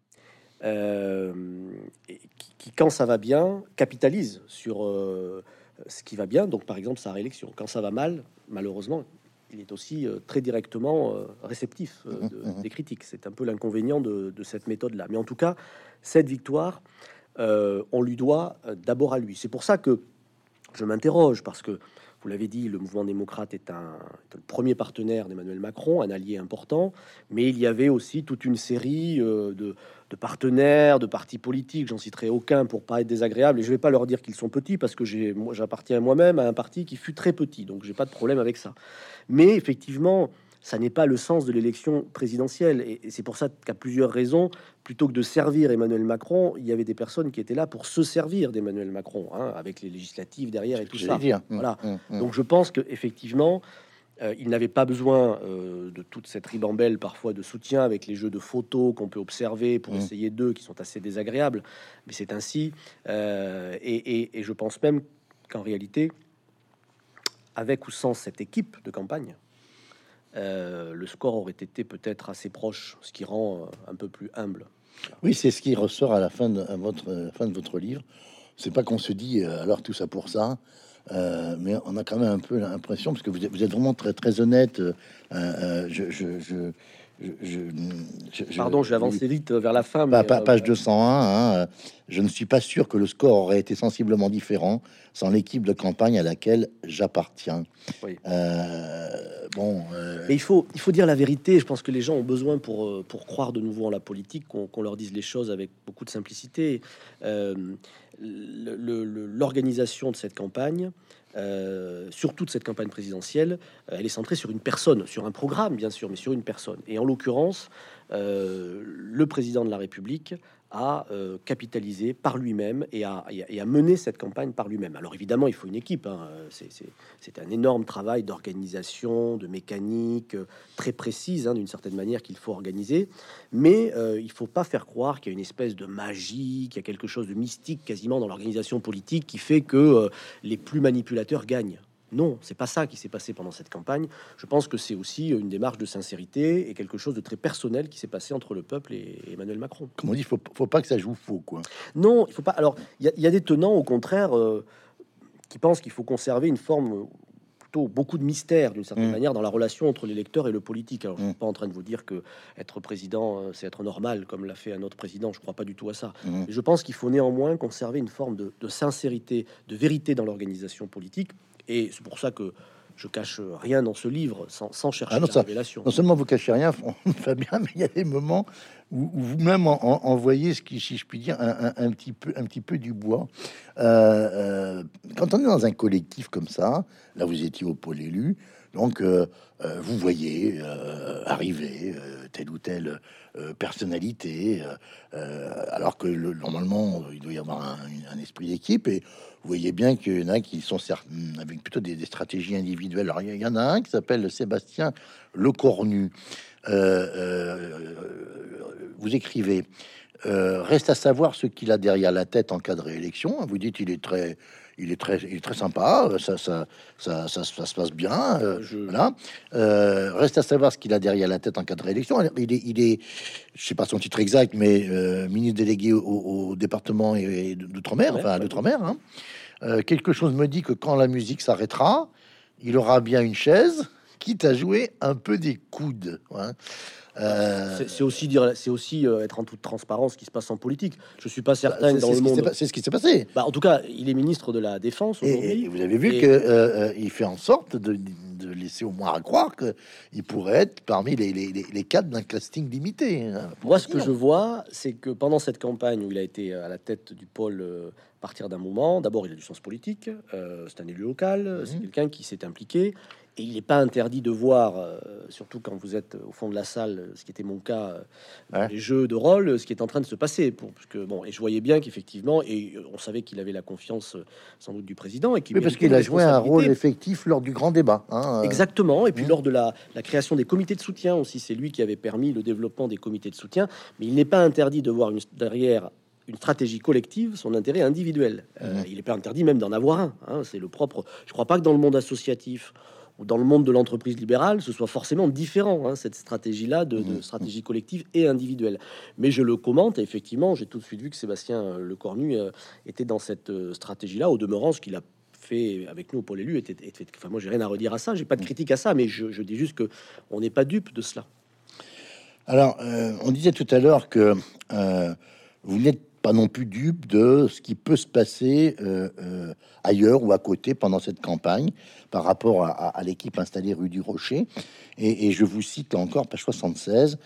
et quand ça va bien, capitalise sur ce qui va bien. Donc par exemple sa réélection. Quand ça va mal, malheureusement, il est aussi très directement réceptif des critiques. C'est un peu l'inconvénient de cette méthode-là. Mais en tout cas, cette victoire, on lui doit d'abord à lui. C'est pour ça que je m'interroge, parce que vous l'avez dit, le mouvement démocrate est le premier partenaire d'Emmanuel Macron, un allié important, mais il y avait aussi toute une série de partenaires, de partis politiques, j'en citerai aucun pour pas être désagréable, et je vais pas leur dire qu'ils sont petits, parce que j'appartiens moi-même à un parti qui fut très petit, donc j'ai pas de problème avec ça. Mais effectivement, ça n'est pas le sens de l'élection présidentielle, et c'est pour ça qu'à plusieurs raisons, plutôt que de servir Emmanuel Macron, il y avait des personnes qui étaient là pour se servir d'Emmanuel Macron, hein, avec les législatives derrière et tout ça. dire. Voilà. Donc je pense que effectivement, il n'avait pas besoin de toute cette ribambelle parfois de soutien avec les jeux de photos qu'on peut observer pour essayer d'eux, qui sont assez désagréables. Mais c'est ainsi. Et je pense même qu'en réalité, avec ou sans cette équipe de campagne, le score aurait été peut-être assez proche, ce qui rend un peu plus humble. Oui, c'est ce qui ressort à la fin à la fin de votre livre. C'est pas qu'on se dit alors tout ça pour ça, mais on a quand même un peu l'impression, parce que vous êtes vraiment très très honnête. Pardon, j'ai avancé vite vers la fin, mais Page 201, hein, je ne suis pas sûr que le score aurait été sensiblement différent sans l'équipe de campagne à laquelle j'appartiens. oui. Bon, Mais il faut dire la vérité. Je pense que les gens ont besoin pour croire de nouveau en la politique, qu'on leur dise les choses avec beaucoup de simplicité. L'organisation de cette campagne, surtout de cette campagne présidentielle, elle est centrée sur une personne, sur un programme bien sûr, mais sur une personne. Et en l'occurrence, le président de la République à capitaliser par lui-même et à mener cette campagne par lui-même. Alors évidemment, il faut une équipe, hein. C'est un énorme travail d'organisation, de mécanique très précise, hein, d'une certaine manière qu'il faut organiser, mais il faut pas faire croire qu'il y a une espèce de magie, qu'il y a quelque chose de mystique quasiment dans l'organisation politique qui fait que les plus manipulateurs gagnent. Non, c'est pas ça qui s'est passé pendant cette campagne. Je pense que c'est aussi une démarche de sincérité et quelque chose de très personnel qui s'est passé entre le peuple et Emmanuel Macron. Comme on dit, faut pas que ça joue faux, quoi. Non, il faut pas. Alors, il y a des tenants, au contraire, qui pensent qu'il faut conserver une forme, plutôt beaucoup de mystère, d'une certaine manière, dans la relation entre l'électeur et le politique. Alors, je suis pas en train de vous dire que être président, c'est être normal, comme l'a fait un autre président. Je crois pas du tout à ça. Mais je pense qu'il faut néanmoins conserver une forme de sincérité, de vérité dans l'organisation politique. Et c'est pour ça que je cache rien dans ce livre sans chercher la révélation. Non seulement vous cachez rien, Fabien, mais il y a des moments où vous-même envoyez ce qui, si je puis dire, un petit peu du bois. Quand on est dans un collectif comme ça, là vous étiez au pôle élu, donc vous voyez arriver telle ou telle personnalité, alors que normalement il doit y avoir un esprit d'équipe, et vous voyez bien qu'il y en a qui sont avec plutôt des stratégies individuelles. Alors il y en a un qui s'appelle Sébastien Lecornu. Vous écrivez, reste à savoir ce qu'il a derrière la tête en cas de réélection. Vous dites il est très sympa, ça se passe bien. Voilà. Reste à savoir ce qu'il a derrière la tête en cas de réélection. Il est, je sais pas son titre exact, mais ministre délégué au département et d'outre-mer, enfin d'outre-mer. Hein. Quelque chose me dit que quand la musique s'arrêtera, il aura bien une chaise, quitte à jouer un peu des coudes. Hein. C'est aussi être en toute transparence ce qui se passe en politique. Je suis pas certain que dans le monde. C'est ce qui s'est passé. Bah, en tout cas, il est ministre de la Défense aujourd'hui. Et vous avez vu que il fait en sorte de laisser au moins à croire que il pourrait être parmi les cadres d'un casting limité. Hein, moi, ce que je vois, c'est que pendant cette campagne où il a été à la tête du pôle, à partir d'un moment, d'abord, il a du sens politique. C'est un élu local. C'est quelqu'un qui s'est impliqué. Et il n'est pas interdit de voir, surtout quand vous êtes au fond de la salle, ce qui était mon cas, les jeux de rôle, ce qui est en train de se passer. Et je voyais bien qu'effectivement, et on savait qu'il avait la confiance sans doute du président. Et oui, parce qu'il a joué un rôle effectif lors du grand débat. Hein. Exactement. Et puis lors de la création des comités de soutien aussi, c'est lui qui avait permis le développement des comités de soutien. Mais il n'est pas interdit de voir derrière une stratégie collective, son intérêt individuel. Il n'est pas interdit même d'en avoir un. Hein. C'est le propre. Je crois pas que dans le monde associatif ou dans le monde de l'entreprise libérale, ce soit forcément différent, hein, cette stratégie-là de stratégie collective et individuelle. Mais je le commente, et effectivement, j'ai tout de suite vu que Sébastien Lecornu était dans cette stratégie-là. Au demeurant, ce qu'il a fait avec nous au pôle élu était enfin, moi, j'ai rien à redire à ça, j'ai pas de critique à ça, mais je dis juste que on n'est pas dupe de cela. Alors, on disait tout à l'heure que vous n'êtes pas non plus dupe de ce qui peut se passer ailleurs ou à côté pendant cette campagne par rapport à l'équipe installée rue du Rocher. Et je vous cite là encore, page 76.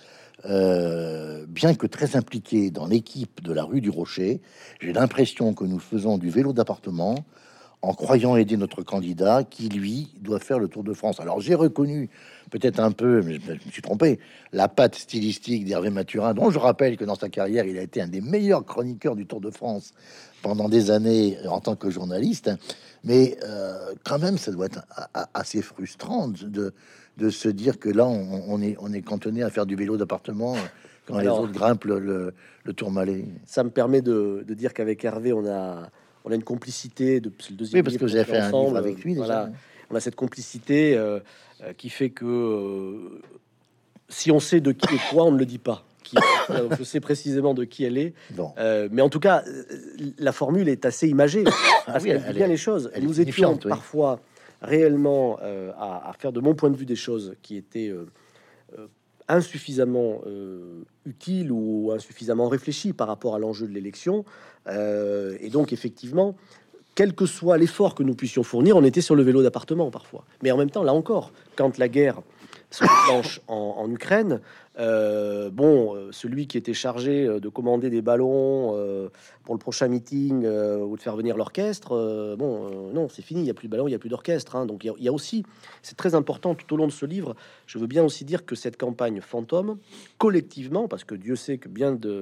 Bien que très impliqué dans l'équipe de la rue du Rocher, j'ai l'impression que nous faisons du vélo d'appartement en croyant aider notre candidat qui, lui, doit faire le Tour de France. Alors, j'ai reconnu peut-être un peu, mais je me suis trompé, la patte stylistique d'Hervé Mathurin, dont je rappelle que dans sa carrière, il a été un des meilleurs chroniqueurs du Tour de France pendant des années en tant que journaliste. Mais quand même, ça doit être assez frustrant de se dire que là, on est cantonné à faire du vélo d'appartement quand les autres grimpent le Tourmalet. Ça me permet de dire qu'avec Hervé, on a une complicité c'est le deuxième. Oui, parce que vous avez fait un livre avec lui déjà. Voilà. On a cette complicité qui fait que si on sait de qui et quoi, on ne le dit pas. Je sais précisément de qui elle est. Bon. Mais en tout cas, la formule est assez imagée. Parce qu'elle dit bien les choses. Nous étions parfois réellement à faire, de mon point de vue, des choses qui étaient insuffisamment utile ou insuffisamment réfléchi par rapport à l'enjeu de l'élection. Et donc, effectivement, quel que soit l'effort que nous puissions fournir, on était sur le vélo d'appartement parfois. Mais en même temps, là encore, quand la guerre se déclenche en Ukraine, celui qui était chargé de commander des ballons pour le prochain meeting ou de faire venir l'orchestre, non, c'est fini, il n'y a plus de ballons, il n'y a plus d'orchestre. Hein. Donc il y a aussi, c'est très important tout au long de ce livre, je veux bien aussi dire que cette campagne fantôme, collectivement, parce que Dieu sait que bien de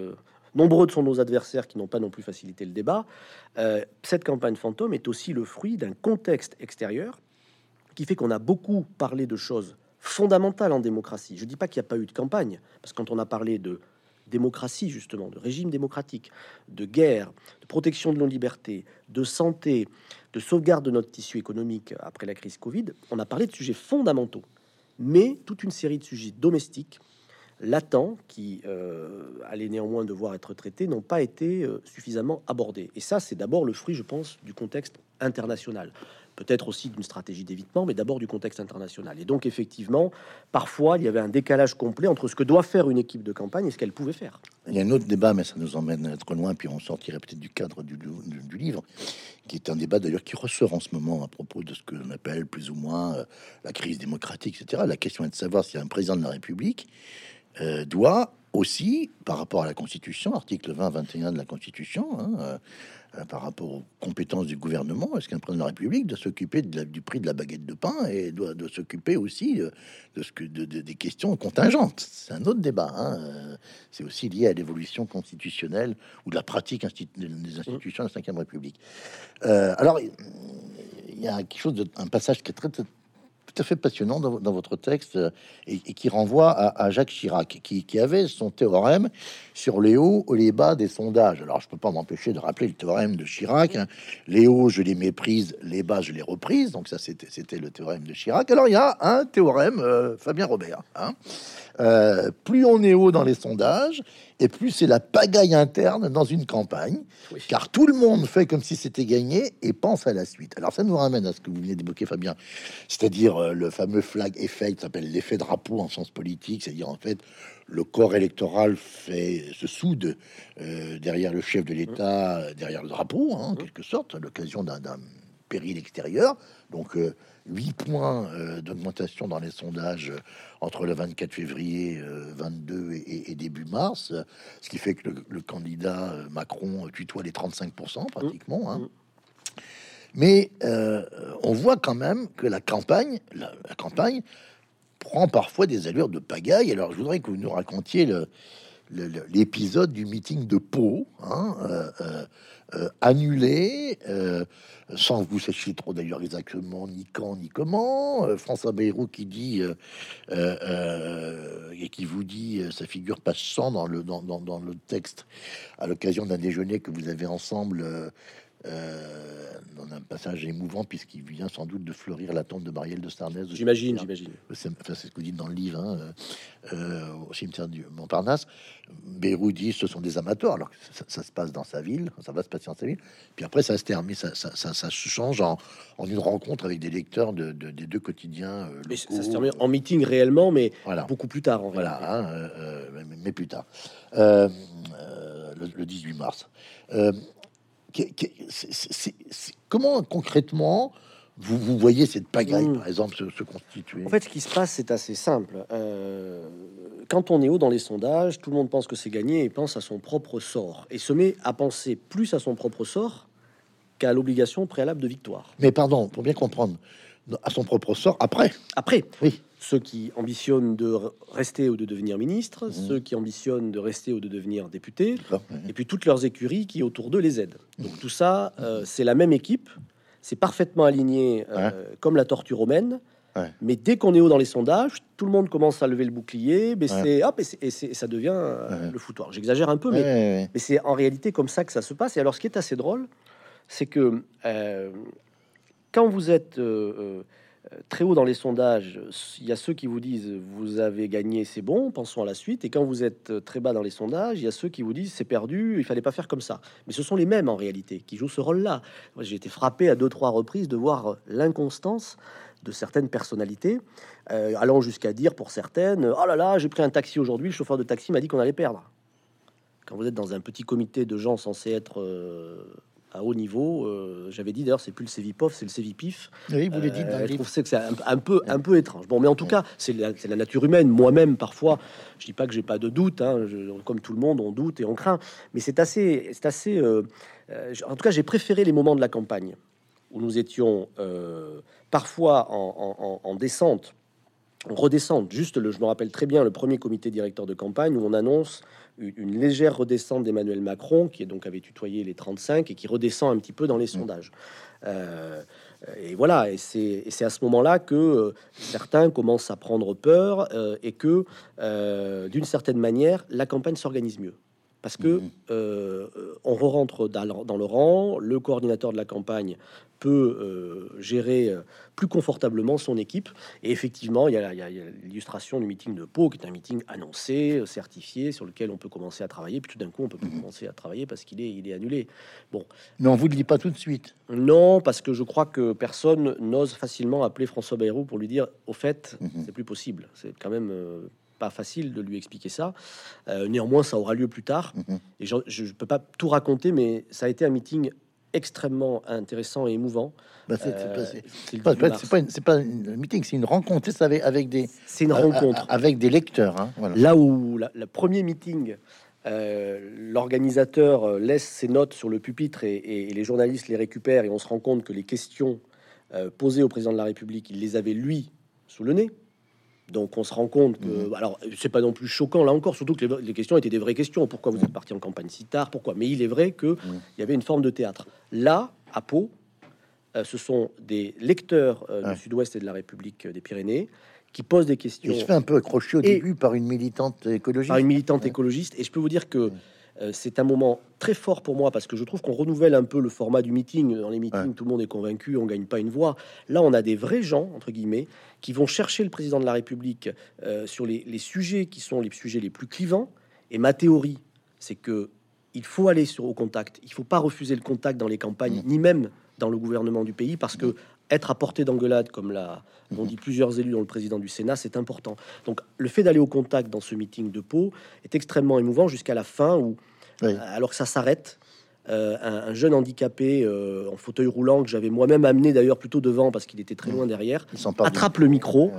Nombreux sont nos adversaires qui n'ont pas non plus facilité le débat. Cette campagne fantôme est aussi le fruit d'un contexte extérieur qui fait qu'on a beaucoup parlé de choses fondamentales en démocratie. Je dis pas qu'il n'y a pas eu de campagne, parce que quand on a parlé de démocratie, justement, de régime démocratique, de guerre, de protection de nos libertés, de santé, de sauvegarde de notre tissu économique après la crise Covid, on a parlé de sujets fondamentaux, mais toute une série de sujets domestiques, latents, qui allaient néanmoins devoir être traités, n'ont pas été suffisamment abordés. Et ça, c'est d'abord le fruit, je pense, du contexte international. Peut-être aussi d'une stratégie d'évitement, mais d'abord du contexte international. Et donc, effectivement, parfois, il y avait un décalage complet entre ce que doit faire une équipe de campagne et ce qu'elle pouvait faire. Il y a un autre débat, mais ça nous emmène trop loin, puis on sortirait peut-être du cadre du livre, qui est un débat d'ailleurs qui ressort en ce moment à propos de ce que l'on appelle plus ou moins la crise démocratique, etc. La question est de savoir si un président de la République doit aussi, par rapport à la Constitution, article 20-21 de la Constitution, par rapport aux compétences du gouvernement, est-ce qu'un président de la République doit s'occuper du prix de la baguette de pain et doit s'occuper aussi des questions contingentes? C'est un autre débat. C'est aussi lié à l'évolution constitutionnelle ou de la pratique des institutions de la Cinquième République. Alors, il y a quelque chose un passage qui est tout à fait passionnant dans votre texte et qui renvoie à Jacques Chirac, qui avait son théorème sur les hauts et les bas des sondages. Alors, je peux pas m'empêcher de rappeler le théorème de Chirac. Les hauts, je les méprise, les bas, je les reprise. Donc ça, c'était le théorème de Chirac. Alors, il y a un théorème, Fabien Robert. Plus on est haut dans les sondages, et plus c'est la pagaille interne dans une campagne, oui, car tout le monde fait comme si c'était gagné et pense à la suite. Alors ça nous ramène à ce que vous venez d'évoquer, Fabien, c'est-à-dire le fameux flag effect, qui s'appelle l'effet drapeau en sciences politiques, c'est-à-dire en fait le corps électoral se soude derrière le chef de l'État, derrière le drapeau, en quelque sorte, à l'occasion d'un péril extérieur. Donc 8 points d'augmentation dans les sondages entre le 24 février 22 et début mars, ce qui fait que le candidat Macron tutoie les 35% pratiquement. Mais on voit quand même que la campagne prend parfois des allures de pagaille. Alors je voudrais que vous nous racontiez l'épisode du meeting de Pau, annulé, sans que vous sachiez trop d'ailleurs exactement ni quand ni comment. François Bayrou qui dit et qui vous dit, sa figure page 100 dans le texte, à l'occasion d'un déjeuner que vous avez ensemble, dans un passage émouvant, puisqu'il vient sans doute de fleurir la tombe de Marielle de Sarnez. J'imagine. C'est ce que vous dites dans le livre, au cimetière du Montparnasse. Bayrou dit ce sont des amateurs, alors que ça se passe dans sa ville, ça va se passer dans sa ville. Puis après, ça se termine, ça se change en une rencontre avec des lecteurs des deux quotidiens. Mais ça se termine en meeting réellement, mais voilà, beaucoup plus tard. Mais plus tard, le 18 mars. Comment concrètement vous voyez cette pagaille, par exemple, se constituer? En fait, ce qui se passe, c'est assez simple. Quand on est haut dans les sondages, tout le monde pense que c'est gagné et pense à son propre sort et se met à penser plus à son propre sort qu'à l'obligation préalable de victoire. Mais pardon, pour bien comprendre, à son propre sort après, oui. Ceux qui ambitionnent de rester ou de devenir ministre, ceux qui ambitionnent de rester ou de devenir député, et puis toutes leurs écuries qui autour d'eux les aident. Donc tout ça, c'est la même équipe, c'est parfaitement aligné comme la tortue romaine. Mais dès qu'on est haut dans les sondages, tout le monde commence à lever le bouclier, baisser, hop, et ça devient le foutoir. J'exagère un peu, mais c'est en réalité comme ça que ça se passe. Et alors, ce qui est assez drôle, c'est que quand vous êtes très haut dans les sondages, il y a ceux qui vous disent vous avez gagné, c'est bon, pensons à la suite. Et quand vous êtes très bas dans les sondages, il y a ceux qui vous disent c'est perdu, il fallait pas faire comme ça. Mais ce sont les mêmes en réalité qui jouent ce rôle-là. Moi, j'ai été frappé à 2-3 reprises de voir l'inconstance de certaines personnalités, allant jusqu'à dire pour certaines, oh là là, j'ai pris un taxi aujourd'hui, le chauffeur de taxi m'a dit qu'on allait perdre. Quand vous êtes dans un petit comité de gens censés être à haut niveau, j'avais dit d'ailleurs, c'est plus le Cvipov, c'est le Cvipif. Oui, vous l'avez dit. Je trouve que c'est un peu étrange. Bon, mais en tout cas, c'est la nature humaine. Moi-même, parfois, je dis pas que j'ai pas de doute. Comme tout le monde, on doute et on craint. Mais c'est assez. En tout cas, j'ai préféré les moments de la campagne où nous étions parfois en descente on redescend. Juste, je me rappelle très bien le premier comité directeur de campagne où on annonce une légère redescente d'Emmanuel Macron, qui est donc avait tutoyé les 35 et qui redescend un petit peu dans les sondages. Et voilà, et c'est à ce moment-là que certains commencent à prendre peur et que, d'une certaine manière, la campagne s'organise mieux. Parce que on rentre dans le rang, le coordinateur de la campagne peut gérer plus confortablement son équipe. Et effectivement, il y a l'illustration du meeting de Pau, qui est un meeting annoncé, certifié, sur lequel on peut commencer à travailler. Puis tout d'un coup, on peut plus commencer à travailler parce qu'il est annulé. Bon, Mais on vous le dit pas tout de suite. non, parce que je crois que personne n'ose facilement appeler François Bayrou pour lui dire, au fait, c'est plus possible. C'est quand même pas facile de lui expliquer ça. Néanmoins, ça aura lieu plus tard. Et je peux pas tout raconter, mais ça a été un meeting extrêmement intéressant et émouvant. Bah, C'est le c'est pas un meeting, c'est une rencontre. C'est avec des. C'est une rencontre avec des lecteurs. Hein, voilà. Là où le premier meeting, l'organisateur laisse ses notes sur le pupitre et les journalistes les récupèrent, et on se rend compte que les questions posées au président de la République, il les avait lui sous le nez. Donc on se rend compte que, alors c'est pas non plus choquant là encore, surtout que les questions étaient des vraies questions. Pourquoi vous êtes parti en campagne si tard? Pourquoi? Mais il est vrai que il y avait une forme de théâtre. Là, à Pau, ce sont des lecteurs du Sud-Ouest et de la République des Pyrénées qui posent des questions. Il se fait un peu accrocher au début par une militante écologiste. Par une militante écologiste. Et je peux vous dire que c'est un moment très fort pour moi parce que je trouve qu'on renouvelle un peu le format du meeting. Dans les meetings, tout le monde est convaincu, on gagne pas une voix. Là, on a des vrais gens, entre guillemets, qui vont chercher le président de la République sur les sujets qui sont les sujets les plus clivants. Et ma théorie, c'est que il faut aller au contact. Il faut pas refuser le contact dans les campagnes, ni même dans le gouvernement du pays, parce que être à portée d'engueulade, comme l'ont dit plusieurs élus, dont le président du Sénat, c'est important. Donc, le fait d'aller au contact dans ce meeting de Pau est extrêmement émouvant jusqu'à la fin où, alors que ça s'arrête, un jeune handicapé en fauteuil roulant, que j'avais moi-même amené d'ailleurs plutôt devant parce qu'il était très loin derrière, attrape le micro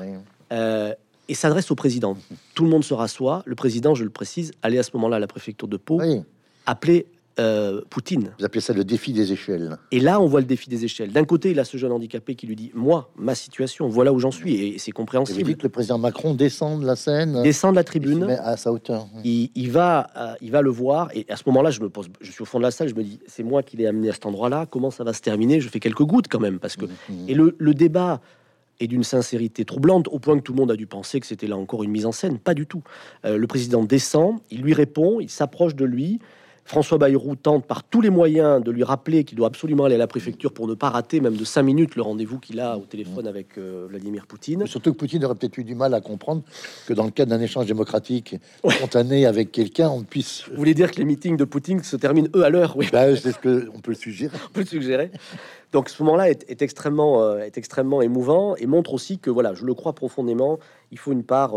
et s'adresse au président. Tout le monde se rassoit. Le président, je le précise, allait à ce moment-là à la préfecture de Pau, appeler Poutine. Vous appelez ça le défi des échelles. Et là, on voit le défi des échelles. D'un côté, il a ce jeune handicapé qui lui dit, moi, ma situation, voilà où j'en suis, et c'est compréhensible. Vous dites que le président Macron descend de la scène, descend de la tribune, à sa hauteur. Il va le voir, et à ce moment-là, je suis au fond de la salle, je me dis, c'est moi qui l'ai amené à cet endroit-là. Comment ça va se terminer? Je fais quelques gouttes quand même, parce que et le débat est d'une sincérité troublante, au point que tout le monde a dû penser que c'était là encore une mise en scène. Pas du tout. Le président descend, il lui répond, il s'approche de lui. François Bayrou tente par tous les moyens de lui rappeler qu'il doit absolument aller à la préfecture pour ne pas rater, même de 5 minutes, le rendez-vous qu'il a au téléphone avec Vladimir Poutine. Mais surtout que Poutine aurait peut-être eu du mal à comprendre que dans le cadre d'un échange démocratique spontané avec quelqu'un, on puisse... Vous voulez dire que les meetings de Poutine se terminent, eux, à l'heure? Oui. Bah, c'est ce qu'on peut le suggérer. On peut le suggérer. Donc ce moment-là est extrêmement émouvant et montre aussi que, voilà, je le crois profondément, il faut une part...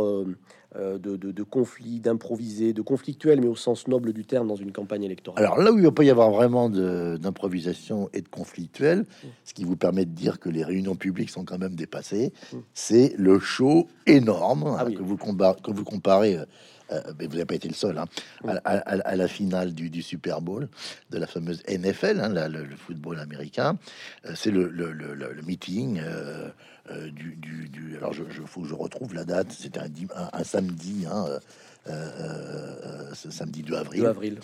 de conflit, d'improviser, de conflictuel, mais au sens noble du terme dans une campagne électorale. Alors là où il va pas y avoir vraiment d'improvisation et de conflictuel, ce qui vous permet de dire que les réunions publiques sont quand même dépassées, c'est le show énorme que vous comparez. Mais vous n'avez pas été le seul à la finale du Super Bowl de la fameuse NFL, le football américain. C'est le meeting alors faut que je retrouve la date. C'était un samedi, ce samedi 2 avril. 2 avril.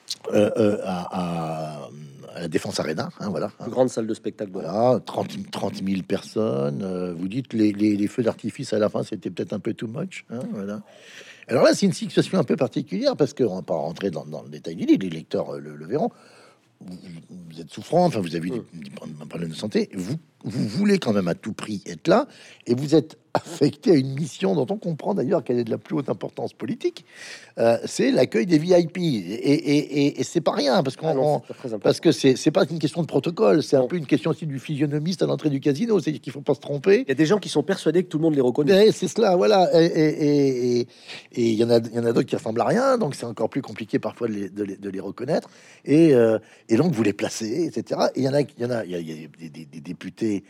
À la Défense Arena, voilà. Une grande salle de spectacle. Voilà, 30 000 personnes. Vous dites les feux d'artifice à la fin, c'était peut-être un peu too much. Voilà. Alors là, c'est une situation un peu particulière parce qu'on va pas rentrer dans le détail du livre, les lecteurs le verront. Vous êtes souffrant, enfin vous avez des problèmes de santé, vous voulez quand même à tout prix être là, et vous êtes affecté à une mission dont on comprend d'ailleurs qu'elle est de la plus haute importance politique, c'est l'accueil des VIP, et c'est pas rien, parce parce que c'est pas une question de protocole, c'est un peu une question aussi du physionomiste à l'entrée du casino, c'est qu'il faut pas se tromper. Il y a des gens qui sont persuadés que tout le monde les reconnaît. C'est cela, voilà, et il y en a d'autres qui ressemblent à rien, donc c'est encore plus compliqué parfois de les reconnaître, et donc vous les placez, etc. Et il y a des députés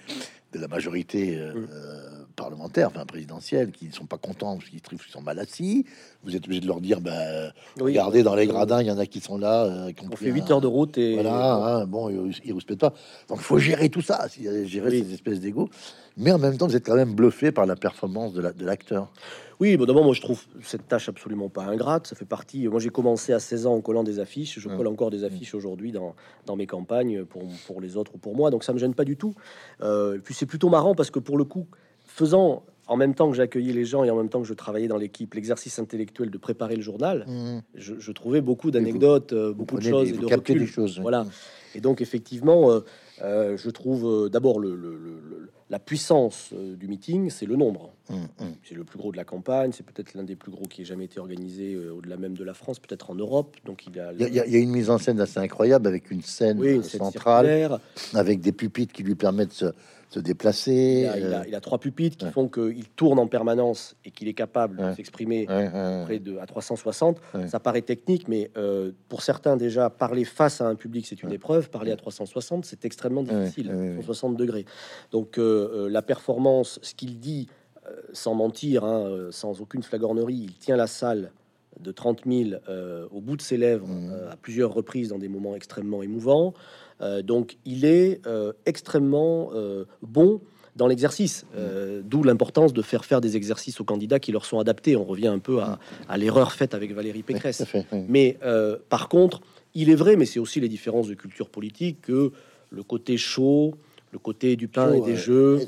de la majorité parlementaire, enfin présidentielle, qui ne sont pas contents parce qu'ils trouvent qu'ils sont mal assis. Vous êtes obligé de leur dire, regardez dans les gradins, il y en a qui sont là, qui ont On pris fait 8 heures de route et voilà, hein, bon, ils rouspètent pas. Donc, il faut gérer tout ça, gérer ces espèces d'ego. Mais en même temps, vous êtes quand même bluffé par la performance de l'acteur. oui, bon, d'abord, moi, je trouve cette tâche absolument pas ingrate. Ça fait partie. Moi, j'ai commencé à 16 ans en collant des affiches. Je colle encore des affiches aujourd'hui dans mes campagnes pour les autres ou pour moi. Donc, ça me gêne pas du tout. Et puis, c'est plutôt marrant parce que pour le coup, faisant en même temps que j'accueillais les gens et en même temps que je travaillais dans l'équipe, l'exercice intellectuel de préparer le journal, je trouvais beaucoup d'anecdotes, beaucoup de choses et de recul. Des choses. Voilà. Et donc, effectivement, je trouve d'abord la puissance du meeting, c'est le nombre. C'est le plus gros de la campagne, c'est peut-être l'un des plus gros qui ait jamais été organisé au-delà même de la France, peut-être en Europe. Donc il y a une mise en scène assez incroyable avec une scène centrale, circulaire, avec des pupitres qui lui permettent de se déplacer. Il a 3 pupitres qui font qu'il tourne en permanence et qu'il est capable de s'exprimer à 360. Ça paraît technique, mais pour certains déjà, parler face à un public, c'est une épreuve. Parler à 360, c'est extrêmement difficile, 160 degrés. Donc la performance, ce qu'il dit, sans mentir, sans aucune flagornerie, il tient la salle de 30 000 au bout de ses lèvres à plusieurs reprises dans des moments extrêmement émouvants. Donc il est extrêmement bon dans l'exercice, d'où l'importance de faire des exercices aux candidats qui leur sont adaptés. On revient un peu à l'erreur faite avec Valérie Pécresse. Mais par contre, il est vrai, mais c'est aussi les différences de culture politique, que le côté chaud, le côté du pain et des jeux,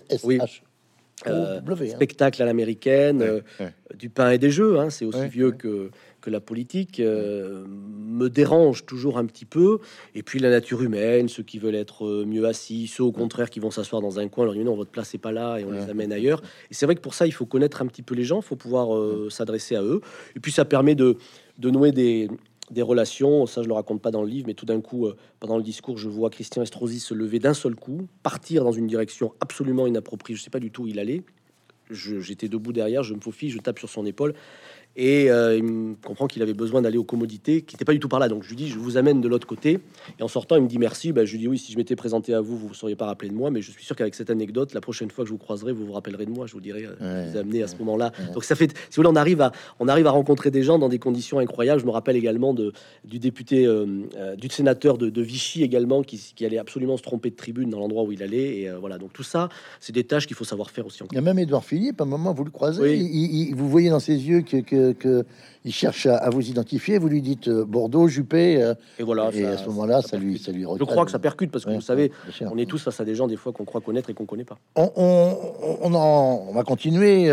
spectacle à l'américaine, du pain et des jeux, c'est aussi vieux que la politique, me dérange toujours un petit peu. Et puis la nature humaine, ceux qui veulent être mieux assis, ceux au contraire qui vont s'asseoir dans un coin, leur dire non, votre place n'est pas là et on les amène ailleurs. Et c'est vrai que pour ça, il faut connaître un petit peu les gens, il faut pouvoir s'adresser à eux. Et puis ça permet de nouer des relations, ça je le raconte pas dans le livre, mais tout d'un coup, pendant le discours, je vois Christian Estrosi se lever d'un seul coup, partir dans une direction absolument inappropriée. Je sais pas du tout où il allait. J'étais debout derrière, je me faufile, je tape sur son épaule. Et il me comprend qu'il avait besoin d'aller aux commodités, qui n'était pas du tout par là. Donc je lui dis, je vous amène de l'autre côté. Et en sortant, il me dit merci. Je lui dis oui, si je m'étais présenté à vous, vous ne seriez pas rappelé de moi. Mais je suis sûr qu'avec cette anecdote, la prochaine fois que je vous croiserai, vous vous rappellerez de moi. Je vous dirai, je vous ai amené à ce moment-là. Donc ça fait, si vous voulez, on arrive à rencontrer des gens dans des conditions incroyables. Je me rappelle également du député, du sénateur de Vichy également, qui allait absolument se tromper de tribune dans l'endroit où il allait. Et voilà, donc tout ça, c'est des tâches qu'il faut savoir faire aussi. Il y a même Édouard Philippe, à un moment, vous le croisez, vous voyez dans ses yeux que il cherche à vous identifier, vous lui dites Bordeaux, Juppé, et voilà. Et à ce moment-là, ça lui je crois que ça percute parce que vous savez, on est tous face à des gens des fois qu'on croit connaître et qu'on connaît pas. On va continuer.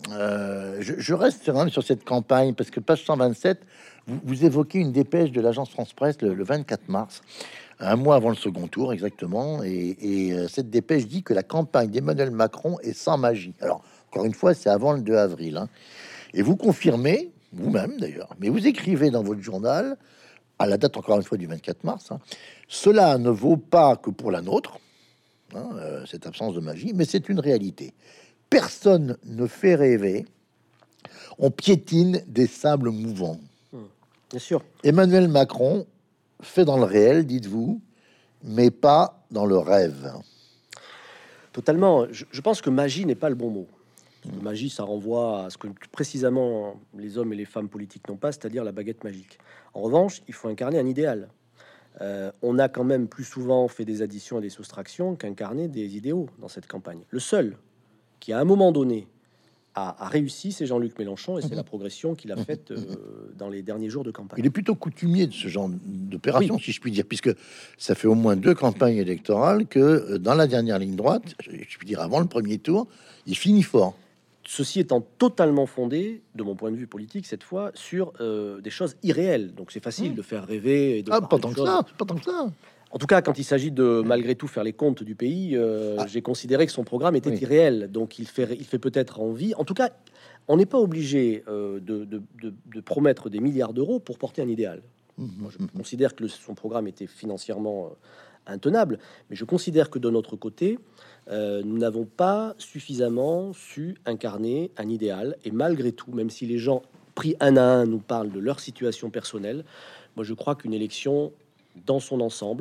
Je reste quand même sur cette campagne parce que page 127, vous évoquez une dépêche de l'agence France-Presse le 24 mars, un mois avant le second tour exactement, et cette dépêche dit que la campagne d'Emmanuel Macron est sans magie. Alors encore une fois, c'est avant le 2 avril, et vous confirmez vous-même d'ailleurs, mais vous écrivez dans votre journal, à la date encore une fois du 24 mars, cela ne vaut pas que pour la nôtre, cette absence de magie, mais c'est une réalité. Personne ne fait rêver, on piétine des sables mouvants. Bien sûr. Emmanuel Macron fait dans le réel, dites-vous, mais pas dans le rêve. Totalement. Je pense que magie n'est pas le bon mot. Magie, ça renvoie à ce que précisément les hommes et les femmes politiques n'ont pas, c'est-à-dire la baguette magique. En revanche, il faut incarner un idéal. On a quand même plus souvent fait des additions et des soustractions qu'incarner des idéaux dans cette campagne. Le seul qui, à un moment donné, a réussi, c'est Jean-Luc Mélenchon, et c'est la progression qu'il a faite dans les derniers jours de campagne. Il est plutôt coutumier de ce genre d'opération, si je puis dire, puisque ça fait au moins 2 campagnes électorales que dans la dernière ligne droite, je puis dire avant le premier tour, il finit fort. Ceci étant totalement fondé, de mon point de vue politique, cette fois, sur des choses irréelles. Donc c'est facile de faire rêver. Et de pas tant que ça, pas tant que ça. En tout cas, quand il s'agit de, malgré tout, faire les comptes du pays, j'ai considéré que son programme était irréel. Donc il fait peut-être envie. En tout cas, on n'est pas obligé de promettre des milliards d'euros pour porter un idéal. Moi, je considère que son programme était financièrement intenable, mais je considère que de notre côté, nous n'avons pas suffisamment su incarner un idéal. Et malgré tout, même si les gens pris un à un nous parlent de leur situation personnelle, moi je crois qu'une élection dans son ensemble,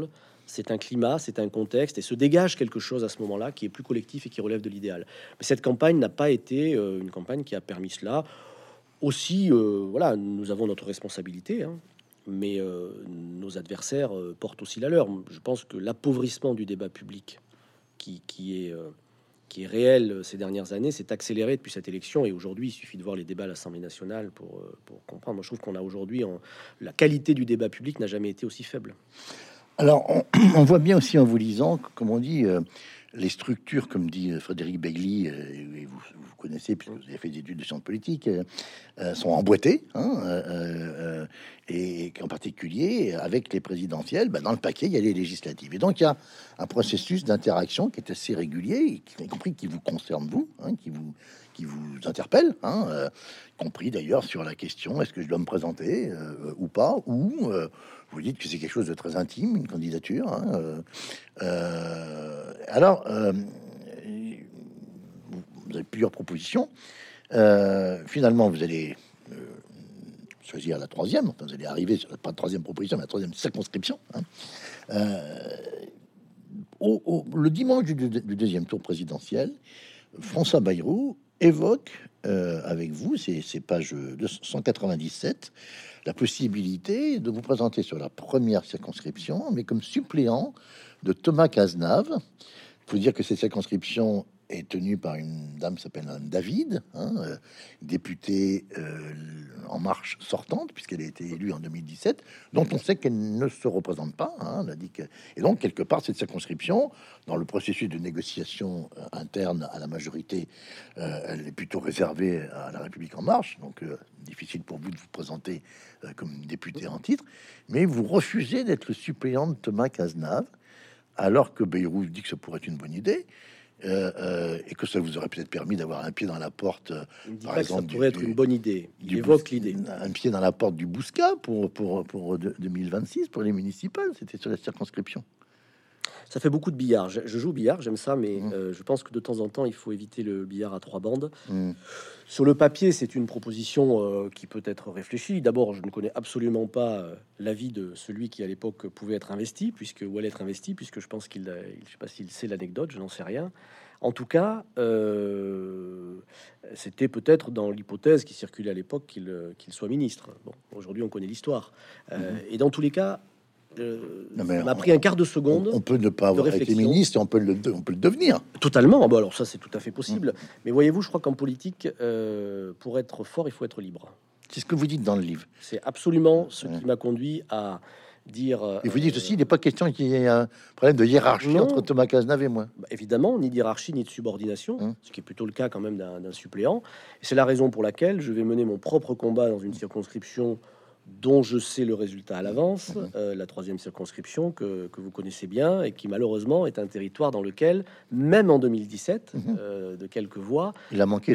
c'est un climat, c'est un contexte, et se dégage quelque chose à ce moment-là qui est plus collectif et qui relève de l'idéal. Mais cette campagne n'a pas été une campagne qui a permis cela. Aussi, voilà, nous avons notre responsabilité, hein, mais nos adversaires portent aussi la leur. Je pense que l'appauvrissement du débat public qui est réel ces dernières années s'est accéléré depuis cette élection, et aujourd'hui il suffit de voir les débats à l'Assemblée nationale pour comprendre. Moi je trouve qu'on a aujourd'hui la qualité du débat public n'a jamais été aussi faible. Alors, on voit bien aussi en vous lisant, comme on dit, les structures, comme dit Frédéric Begley, et vous connaissez, puisque vous avez fait des études de sciences politiques, sont emboîtées, hein, et qu'en particulier, avec les présidentielles, dans le paquet, il y a les législatives. Et donc, il y a un processus d'interaction qui est assez régulier, y compris qui vous concerne, vous, hein, qui vous interpelle, hein, y compris d'ailleurs sur la question, est-ce que je dois me présenter ou pas, ou... vous dites que c'est quelque chose de très intime, une candidature. Hein, alors, vous avez plusieurs propositions. Finalement, vous allez choisir la troisième. Enfin, vous allez arriver sur pas la troisième proposition, mais la troisième circonscription. Hein. Le dimanche du deuxième tour présidentiel, François Bayrou évoque avec vous, c'est page 197, la possibilité de vous présenter sur la première circonscription, mais comme suppléant de Thomas Cazenave. Il faut dire que cette circonscription est tenue par une dame qui s'appelle Madame David, hein, députée En Marche sortante, puisqu'elle a été élue en 2017, dont on sait qu'elle ne se représente pas. Hein, on a dit que... Et donc, quelque part, cette circonscription, dans le processus de négociation interne à la majorité, elle est plutôt réservée à la République En Marche, donc difficile pour vous de vous présenter comme député en titre, mais vous refusez d'être le suppléant de Thomas Cazenave, alors que Bayrou dit que ça pourrait être une bonne idée. Et que ça vous aurait peut-être permis d'avoir un pied dans la porte, par exemple, ça pourrait être une bonne idée. Il évoque l'idée. Un pied dans la porte du Bouscat pour 2026, pour les municipales. C'était sur la circonscription. Ça fait beaucoup de billard. Je joue au billard, j'aime ça, mais je pense que de temps en temps, il faut éviter le billard à 3 bandes. Sur le papier, c'est une proposition qui peut être réfléchie. D'abord, je ne connais absolument pas l'avis de celui qui, à l'époque, pouvait être investi, ou allait être investi, puisque je pense qu'il... je sais pas s'il sait l'anecdote, je n'en sais rien. En tout cas, c'était peut-être dans l'hypothèse qui circulait à l'époque qu'il soit ministre. Bon, aujourd'hui, on connaît l'histoire. Et dans tous les cas... ça m'a pris un quart de seconde. On peut ne pas avoir été ministre, et on peut le devenir. Totalement. Bon, alors ça, c'est tout à fait possible. Mais voyez-vous, je crois qu'en politique, pour être fort, il faut être libre. C'est ce que vous dites dans le livre. C'est absolument ce qui m'a conduit à dire... Et vous dites aussi, il n'est pas question qu'il y ait un problème de hiérarchie entre Thomas Cazenave et moi. Évidemment, ni d'hiérarchie, ni de subordination, ce qui est plutôt le cas quand même d'un suppléant. Et c'est la raison pour laquelle je vais mener mon propre combat dans une circonscription dont je sais le résultat à l'avance, la troisième circonscription que vous connaissez bien et qui malheureusement est un territoire dans lequel, même en 2017, de quelques voix, il a manqué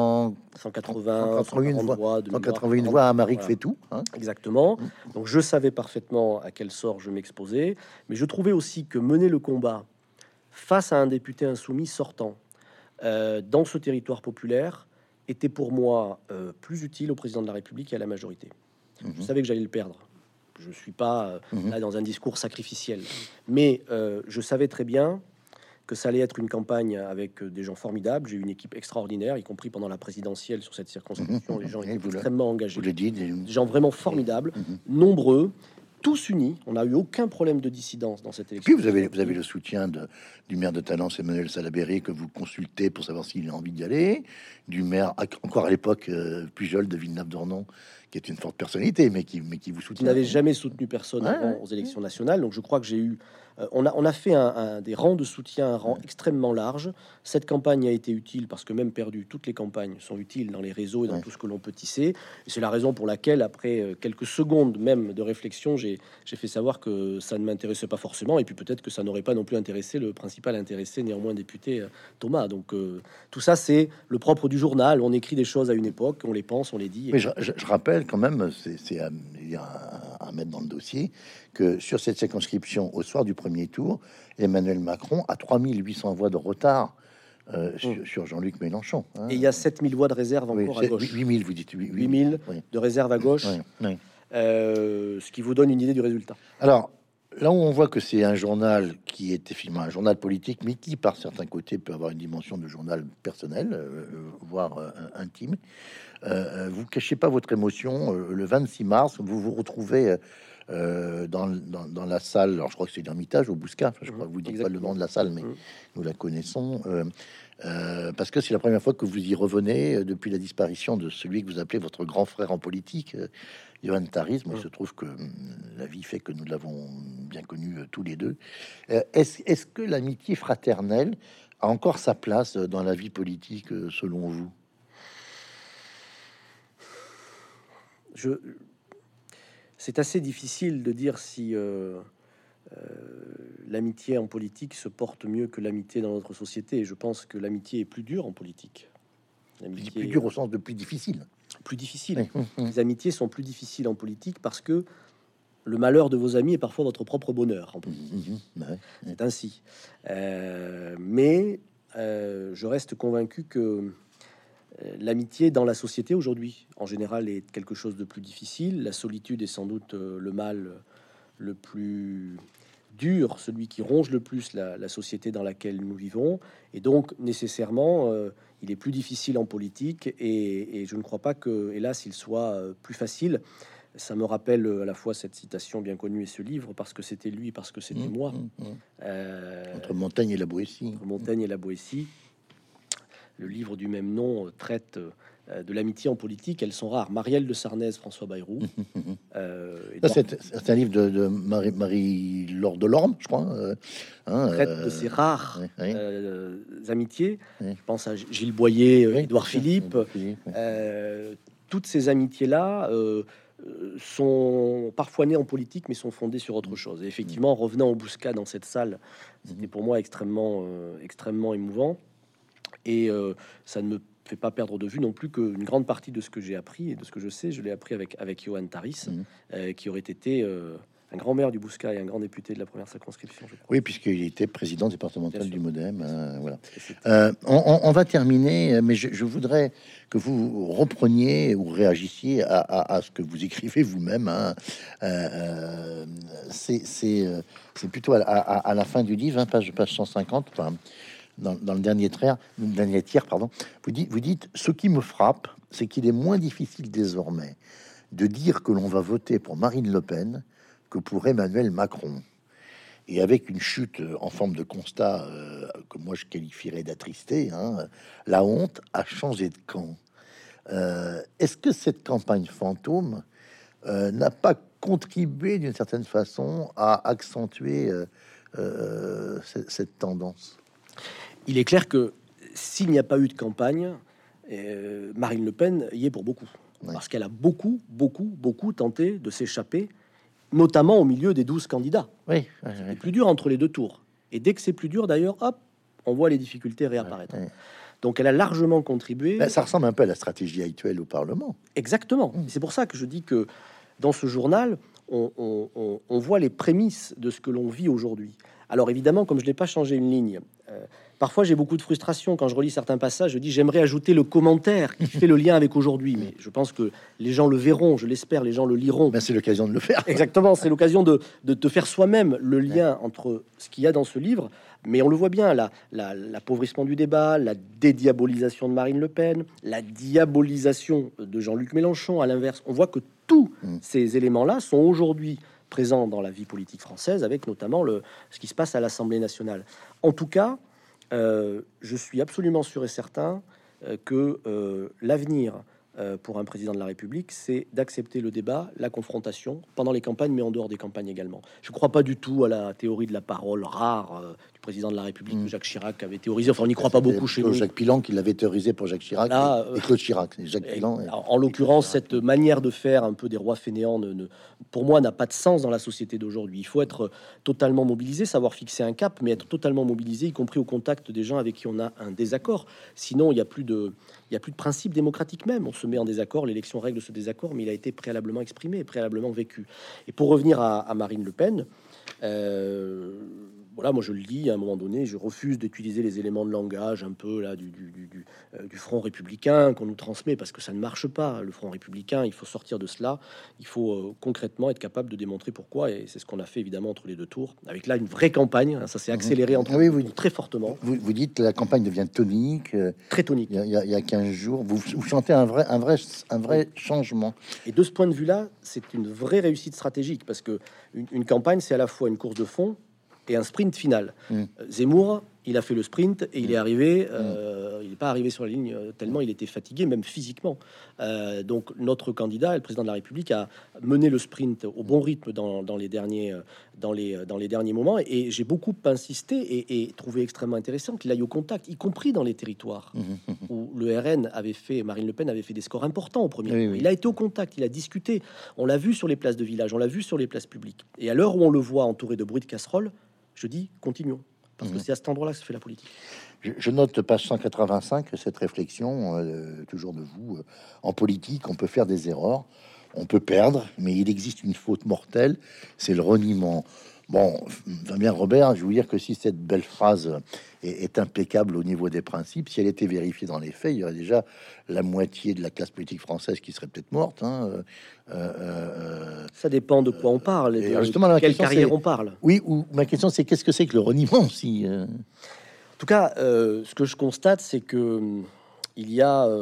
181 voix à Marie Fétou. Hein. Exactement. Donc je savais parfaitement à quel sort je m'exposais, mais je trouvais aussi que mener le combat face à un député insoumis sortant dans ce territoire populaire était pour moi plus utile au président de la République et à la majorité. Je savais que j'allais le perdre. Je suis pas là dans un discours sacrificiel, mais je savais très bien que ça allait être une campagne avec des gens formidables. J'ai eu une équipe extraordinaire, y compris pendant la présidentielle sur cette circonscription. Les gens étaient extrêmement engagés. Des gens vraiment formidables, nombreux, tous unis. On n'a eu aucun problème de dissidence dans cette élection. Puis vous avez le soutien du maire de Talence, Emmanuel Salaberry, que vous consultez pour savoir s'il a envie d'y aller. Du maire, encore à l'époque, Pujol de Villeneuve-d'Ornon, qui est une forte personnalité, mais qui vous soutient. Qui n'avait jamais soutenu personne avant aux élections nationales. Donc je crois que j'ai eu... on a fait des rangs de soutien, un rang extrêmement large. Cette campagne a été utile parce que même perdu, toutes les campagnes sont utiles dans les réseaux et dans tout ce que l'on peut tisser. Et c'est la raison pour laquelle, après quelques secondes même de réflexion, j'ai fait savoir que ça ne m'intéressait pas forcément. Et puis peut-être que ça n'aurait pas non plus intéressé le principal intéressé, néanmoins député Thomas. Donc tout ça, c'est le propre du journal. On écrit des choses à une époque, on les pense, on les dit. Mais je rappelle quand même, c'est à mettre dans le dossier, que sur cette circonscription, au soir du premier tour, Emmanuel Macron a 3800 voix de retard sur Jean-Luc Mélenchon. Hein. Et il y a 7000 voix de réserve encore à gauche. 8000, vous dites 8000 de réserve à gauche, ce qui vous donne une idée du résultat. Alors, là où on voit que c'est un journal qui est effectivement un journal politique, mais qui, par certains côtés, peut avoir une dimension de journal personnel, voire intime, vous cachez pas votre émotion. Le 26 mars, vous vous retrouvez dans la salle. Alors, je crois que c'est l'Ermitage au Bouscat. Enfin, je crois que vous dites pas le nom de la salle, mais nous la connaissons. Parce que c'est la première fois que vous y revenez depuis la disparition de celui que vous appelez votre grand frère en politique, Johan Tharis. Moi, il se trouve que la vie fait que nous l'avons bien connu tous les deux. Est-ce que l'amitié fraternelle a encore sa place dans la vie politique, selon vous? C'est assez difficile de dire si l'amitié en politique se porte mieux que l'amitié dans notre société. Et je pense que l'amitié est plus dure en politique. L'amitié Plus dur au sens de plus difficile. Plus difficile. Les amitiés sont plus difficiles en politique parce que le malheur de vos amis est parfois votre propre bonheur. C'est ainsi. Mais je reste convaincu que l'amitié dans la société aujourd'hui, en général, est quelque chose de plus difficile. La solitude est sans doute le mal le plus dur, celui qui ronge le plus la société dans laquelle nous vivons. Et donc, nécessairement, il est plus difficile en politique. Et je ne crois pas que, hélas, il soit plus facile. Ça me rappelle à la fois cette citation bien connue et ce livre, parce que c'était lui, parce que c'était moi. Entre Montaigne et la Boétie. Entre Montaigne et la Boétie. Le livre du même nom traite de l'amitié en politique. Elles sont rares. Marielle de Sarnez, François Bayrou. C'est un livre de Marie-Laure Delorme, je crois. Traite de ces rares amitiés. Je pense à Gilles Boyer, Édouard Philippe. Toutes ces amitiés-là sont parfois nées en politique, mais sont fondées sur autre chose. Et effectivement, revenant au Bouscat dans cette salle, c'était pour moi extrêmement émouvant. Et ça ne me fait pas perdre de vue non plus qu'une grande partie de ce que j'ai appris et de ce que je sais, je l'ai appris avec Johan Tharis, qui aurait été un grand maire du Bouscat et un grand député de la première circonscription, je crois. Oui, puisqu'il était président départemental du Modem. Voilà. On va terminer, mais je voudrais que vous repreniez ou réagissiez à ce que vous écrivez vous-même. C'est plutôt à la fin du livre, page 150. Enfin, dans le dernier tiers, pardon, vous dites ce qui me frappe, c'est qu'il est moins difficile désormais de dire que l'on va voter pour Marine Le Pen que pour Emmanuel Macron. Et avec une chute en forme de constat que moi je qualifierais d'attristé, la honte a changé de camp. Est-ce que cette campagne fantôme n'a pas contribué d'une certaine façon à accentuer cette tendance? Il est clair que s'il n'y a pas eu de campagne, Marine Le Pen y est pour beaucoup. Parce qu'elle a beaucoup tenté de s'échapper, notamment au milieu des 12 candidats. C'est plus dur entre les deux tours. Et dès que c'est plus dur, d'ailleurs, hop, on voit les difficultés réapparaître. Donc elle a largement contribué. Ça ressemble un peu à la stratégie actuelle au Parlement. Exactement. C'est pour ça que je dis que dans ce journal, on voit les prémices de ce que l'on vit aujourd'hui. Alors évidemment, comme je n'ai pas changé une ligne, parfois j'ai beaucoup de frustration quand je relis certains passages. Je dis j'aimerais ajouter le commentaire qui fait le lien avec aujourd'hui, mais je pense que les gens le verront, je l'espère, les gens le liront. C'est l'occasion de le faire. Exactement, c'est l'occasion de faire soi-même le lien entre ce qu'il y a dans ce livre. Mais on le voit bien, l'appauvrissement du débat, la dédiabolisation de Marine Le Pen, la diabolisation de Jean-Luc Mélenchon. À l'inverse, on voit que tous ces éléments-là sont aujourd'hui présents dans la vie politique française, avec notamment ce qui se passe à l'Assemblée nationale. En tout cas, je suis absolument sûr et certain que l'avenir pour un président de la République, c'est d'accepter le débat, la confrontation, pendant les campagnes, mais en dehors des campagnes également. Je ne crois pas du tout à la théorie de la parole rare du président de la République que Jacques Chirac avait théorisé. Enfin, on n'y croit pas beaucoup chez nous. Jacques Pilan qui l'avait théorisé pour Jacques Chirac et Claude Chirac. Jacques Pilan. En l'occurrence, cette manière de faire un peu des rois fainéants, pour moi, n'a pas de sens dans la société d'aujourd'hui. Il faut être totalement mobilisé, savoir fixer un cap, mais être totalement mobilisé, y compris au contact des gens avec qui on a un désaccord. Sinon, il n'y a plus de principe démocratique même. On se met en désaccord, l'élection règle ce désaccord, mais il a été préalablement exprimé, préalablement vécu. Et pour revenir à Marine Le Pen, voilà, moi je le dis, à un moment donné, je refuse d'utiliser les éléments de langage un peu là du Front républicain qu'on nous transmet parce que ça ne marche pas. Le Front républicain, il faut sortir de cela. Il faut concrètement être capable de démontrer pourquoi, et c'est ce qu'on a fait évidemment entre les deux tours. Avec là une vraie campagne, hein, ça s'est accéléré entre Oui, vous, très fortement. vous dites que la campagne devient tonique. Très tonique. Il y a 15 jours, vous sentez un vrai changement. Et de ce point de vue-là, c'est une vraie réussite stratégique parce que une campagne, c'est à la fois une course de fond et un sprint final. Zemmour, il a fait le sprint et il est arrivé. Il n'est pas arrivé sur la ligne tellement il était fatigué, même physiquement. Donc notre candidat, le président de la République, a mené le sprint au bon rythme dans les derniers moments. Et j'ai beaucoup insisté et trouvé extrêmement intéressant qu'il aille au contact, y compris dans les territoires où le RN avait fait, Marine Le Pen avait fait des scores importants au premier tour. Il a été au contact, il a discuté. On l'a vu sur les places de village, on l'a vu sur les places publiques. Et à l'heure où on le voit entouré de bruit de casserole, je dis continuons. Parce que c'est à cet endroit-là que se fait la politique. Je note page 185 cette réflexion, toujours de vous. En politique, on peut faire des erreurs, on peut perdre, mais il existe une faute mortelle, c'est le reniement. Bon, Fabien Robert, je veux vous dire que si cette belle phrase est impeccable au niveau des principes, si elle était vérifiée dans les faits, il y aurait déjà la moitié de la classe politique française qui serait peut-être morte. Hein. Ça dépend de quoi on parle. Et justement, quelle carrière on parle. Oui, ou ma question, c'est qu'est-ce que c'est que le reniement si En tout cas, ce que je constate, c'est que il y a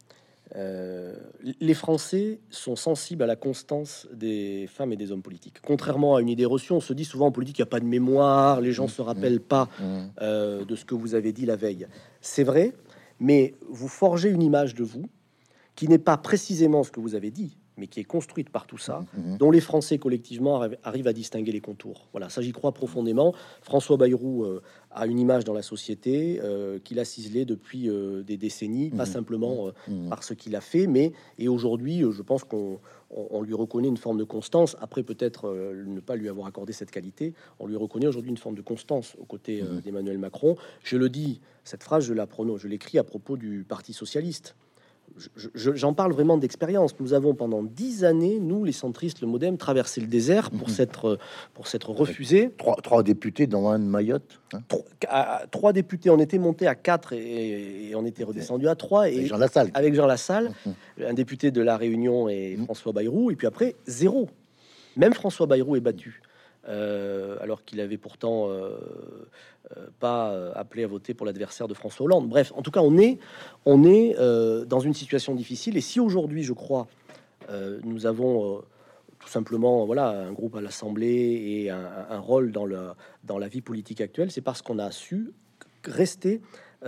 les Français sont sensibles à la constance des femmes et des hommes politiques. Contrairement à une idée reçue, on se dit souvent en politique, il n'y a pas de mémoire, les gens se rappellent pas de ce que vous avez dit la veille. C'est vrai, mais vous forgez une image de vous qui n'est pas précisément ce que vous avez dit, mais qui est construite par tout ça, dont les Français collectivement arrivent à distinguer les contours. Voilà, ça j'y crois profondément. François Bayrou a une image dans la société qu'il a ciselée depuis des décennies, pas simplement par ce qu'il a fait, mais et aujourd'hui, je pense qu'on lui reconnaît une forme de constance. Après, peut-être ne pas lui avoir accordé cette qualité, on lui reconnaît aujourd'hui une forme de constance aux côtés d'Emmanuel Macron. Je le dis, cette phrase, je l'écris à propos du Parti socialiste. J'en parle vraiment d'expérience. Nous avons pendant 10 années, nous les centristes, le MoDem, traversé le désert pour s'être refusé. Trois députés dans un Mayotte. Hein. 3 députés, on était monté à 4 et on était redescendu à 3 et avec Jean Lassalle, un député de la Réunion et François Bayrou, et puis après 0. Même François Bayrou est battu. Alors qu'il avait pourtant pas appelé à voter pour l'adversaire de François Hollande. Bref, en tout cas, on est dans une situation difficile. Et si aujourd'hui, je crois, nous avons tout simplement, voilà, un groupe à l'Assemblée et un rôle dans la vie politique actuelle, c'est parce qu'on a su rester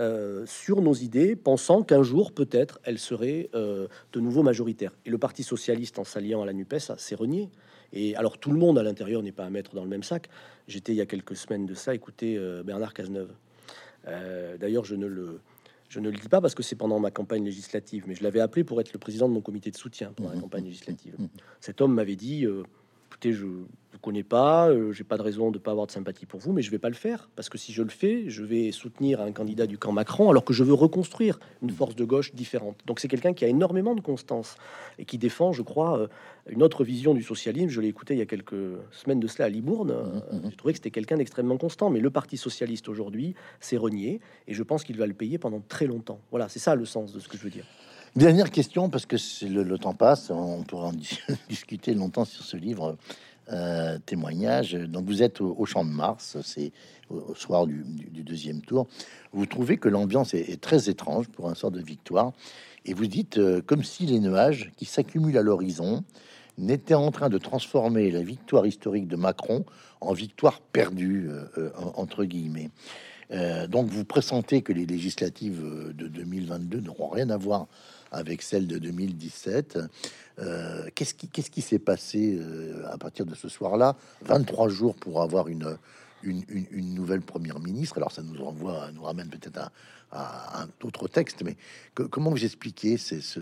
sur nos idées, pensant qu'un jour, peut-être, elles seraient de nouveau majoritaires. Et le Parti socialiste, en s'alliant à la NUPES, s'est renié. Et alors tout le monde à l'intérieur n'est pas à mettre dans le même sac. J'étais il y a quelques semaines de ça, écoutez Bernard Cazeneuve. D'ailleurs, je ne le dis pas parce que c'est pendant ma campagne législative, mais je l'avais appelé pour être le président de mon comité de soutien pendant la campagne législative. Cet homme m'avait dit écoutez, je vous connais pas, j'ai pas de raison de pas avoir de sympathie pour vous, mais je vais pas le faire parce que si je le fais, je vais soutenir un candidat du camp Macron alors que je veux reconstruire une force de gauche différente. Donc c'est quelqu'un qui a énormément de constance et qui défend, je crois, une autre vision du socialisme. Je l'ai écouté il y a quelques semaines de cela à Libourne. J'ai trouvé que c'était quelqu'un d'extrêmement constant, mais le Parti socialiste aujourd'hui s'est renié et je pense qu'il va le payer pendant très longtemps. Voilà, c'est ça le sens de ce que je veux dire. Dernière question, parce que le temps passe, on pourra en discuter longtemps sur ce livre témoignage. Donc vous êtes au Champ de Mars, c'est au soir du deuxième tour. Vous trouvez que l'ambiance est très étrange pour un sort de victoire, et vous dites comme si les nuages qui s'accumulent à l'horizon n'étaient en train de transformer la victoire historique de Macron en victoire perdue, entre guillemets. Donc vous pressentez que les législatives de 2022 n'auront rien à voir avec celle de 2017. Qu'est-ce qui s'est passé à partir de ce soir-là? 23 jours pour avoir une nouvelle première ministre. Alors ça nous ramène peut-être à un autre texte, mais comment vous expliquez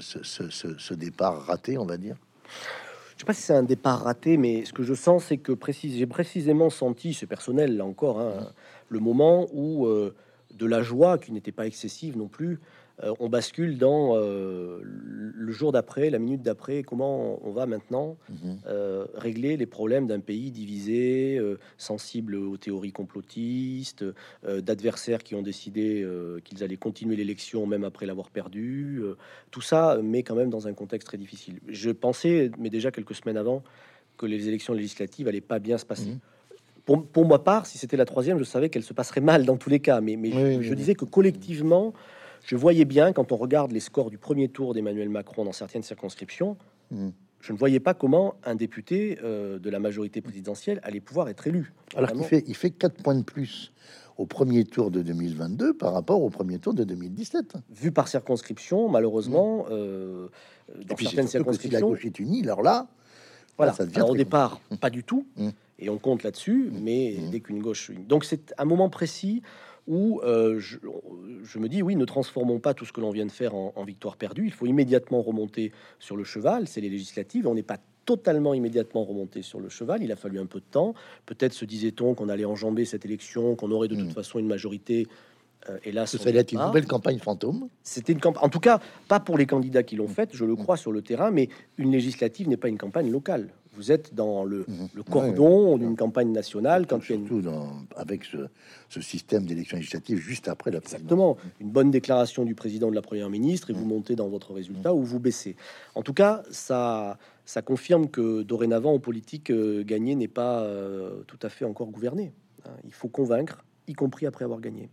ce départ raté, on va dire? Je sais pas si c'est un départ raté, mais ce que je sens, c'est que j'ai précisément senti, c'est personnel là encore, hein, le moment où de la joie qui n'était pas excessive non plus, on bascule dans le jour d'après, la minute d'après. Comment on va maintenant régler les problèmes d'un pays divisé, sensible aux théories complotistes, d'adversaires qui ont décidé qu'ils allaient continuer l'élection même après l'avoir perdue. Tout ça met quand même dans un contexte très difficile. Je pensais, mais déjà quelques semaines avant, que les élections législatives allaient pas bien se passer. Pour ma part, si c'était la troisième, je savais qu'elle se passerait mal dans tous les cas. Mais je disais que collectivement, je voyais bien, quand on regarde les scores du premier tour d'Emmanuel Macron dans certaines circonscriptions, je ne voyais pas comment un député de la majorité présidentielle allait pouvoir être élu. Alors qu'il fait 4 points de plus au premier tour de 2022 par rapport au premier tour de 2017. Vu par circonscription, malheureusement, dans certaines circonscriptions... Si la gauche est unie, alors là... Voilà. Ça devient Alors, au départ, pas du tout, et on compte là-dessus, mais dès qu'une gauche... Donc c'est un moment précis où je me dis, oui, ne transformons pas tout ce que l'on vient de faire en victoire perdue. Il faut immédiatement remonter sur le cheval, c'est les législatives. On n'est pas totalement immédiatement remonté sur le cheval. Il a fallu un peu de temps. Peut-être se disait-on qu'on allait enjamber cette élection, qu'on aurait de toute façon une majorité. Hélas, ce serait une nouvelle campagne fantôme. C'était une campagne, en tout cas, pas pour les candidats qui l'ont faite, je le crois, sur le terrain, mais une législative n'est pas une campagne locale. Vous êtes dans le cordon d'une campagne nationale. Surtout avec ce système d'élection législative juste après la présidence. Exactement. Une bonne déclaration du président, de la première ministre, et vous montez dans votre résultat ou vous baissez. En tout cas, ça confirme que dorénavant, en politique, gagner n'est pas tout à fait encore gouverné. Il faut convaincre, y compris après avoir gagné.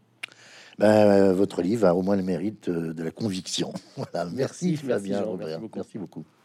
Votre livre a au moins le mérite de la conviction. Voilà. Merci Fabien Robert. Merci beaucoup.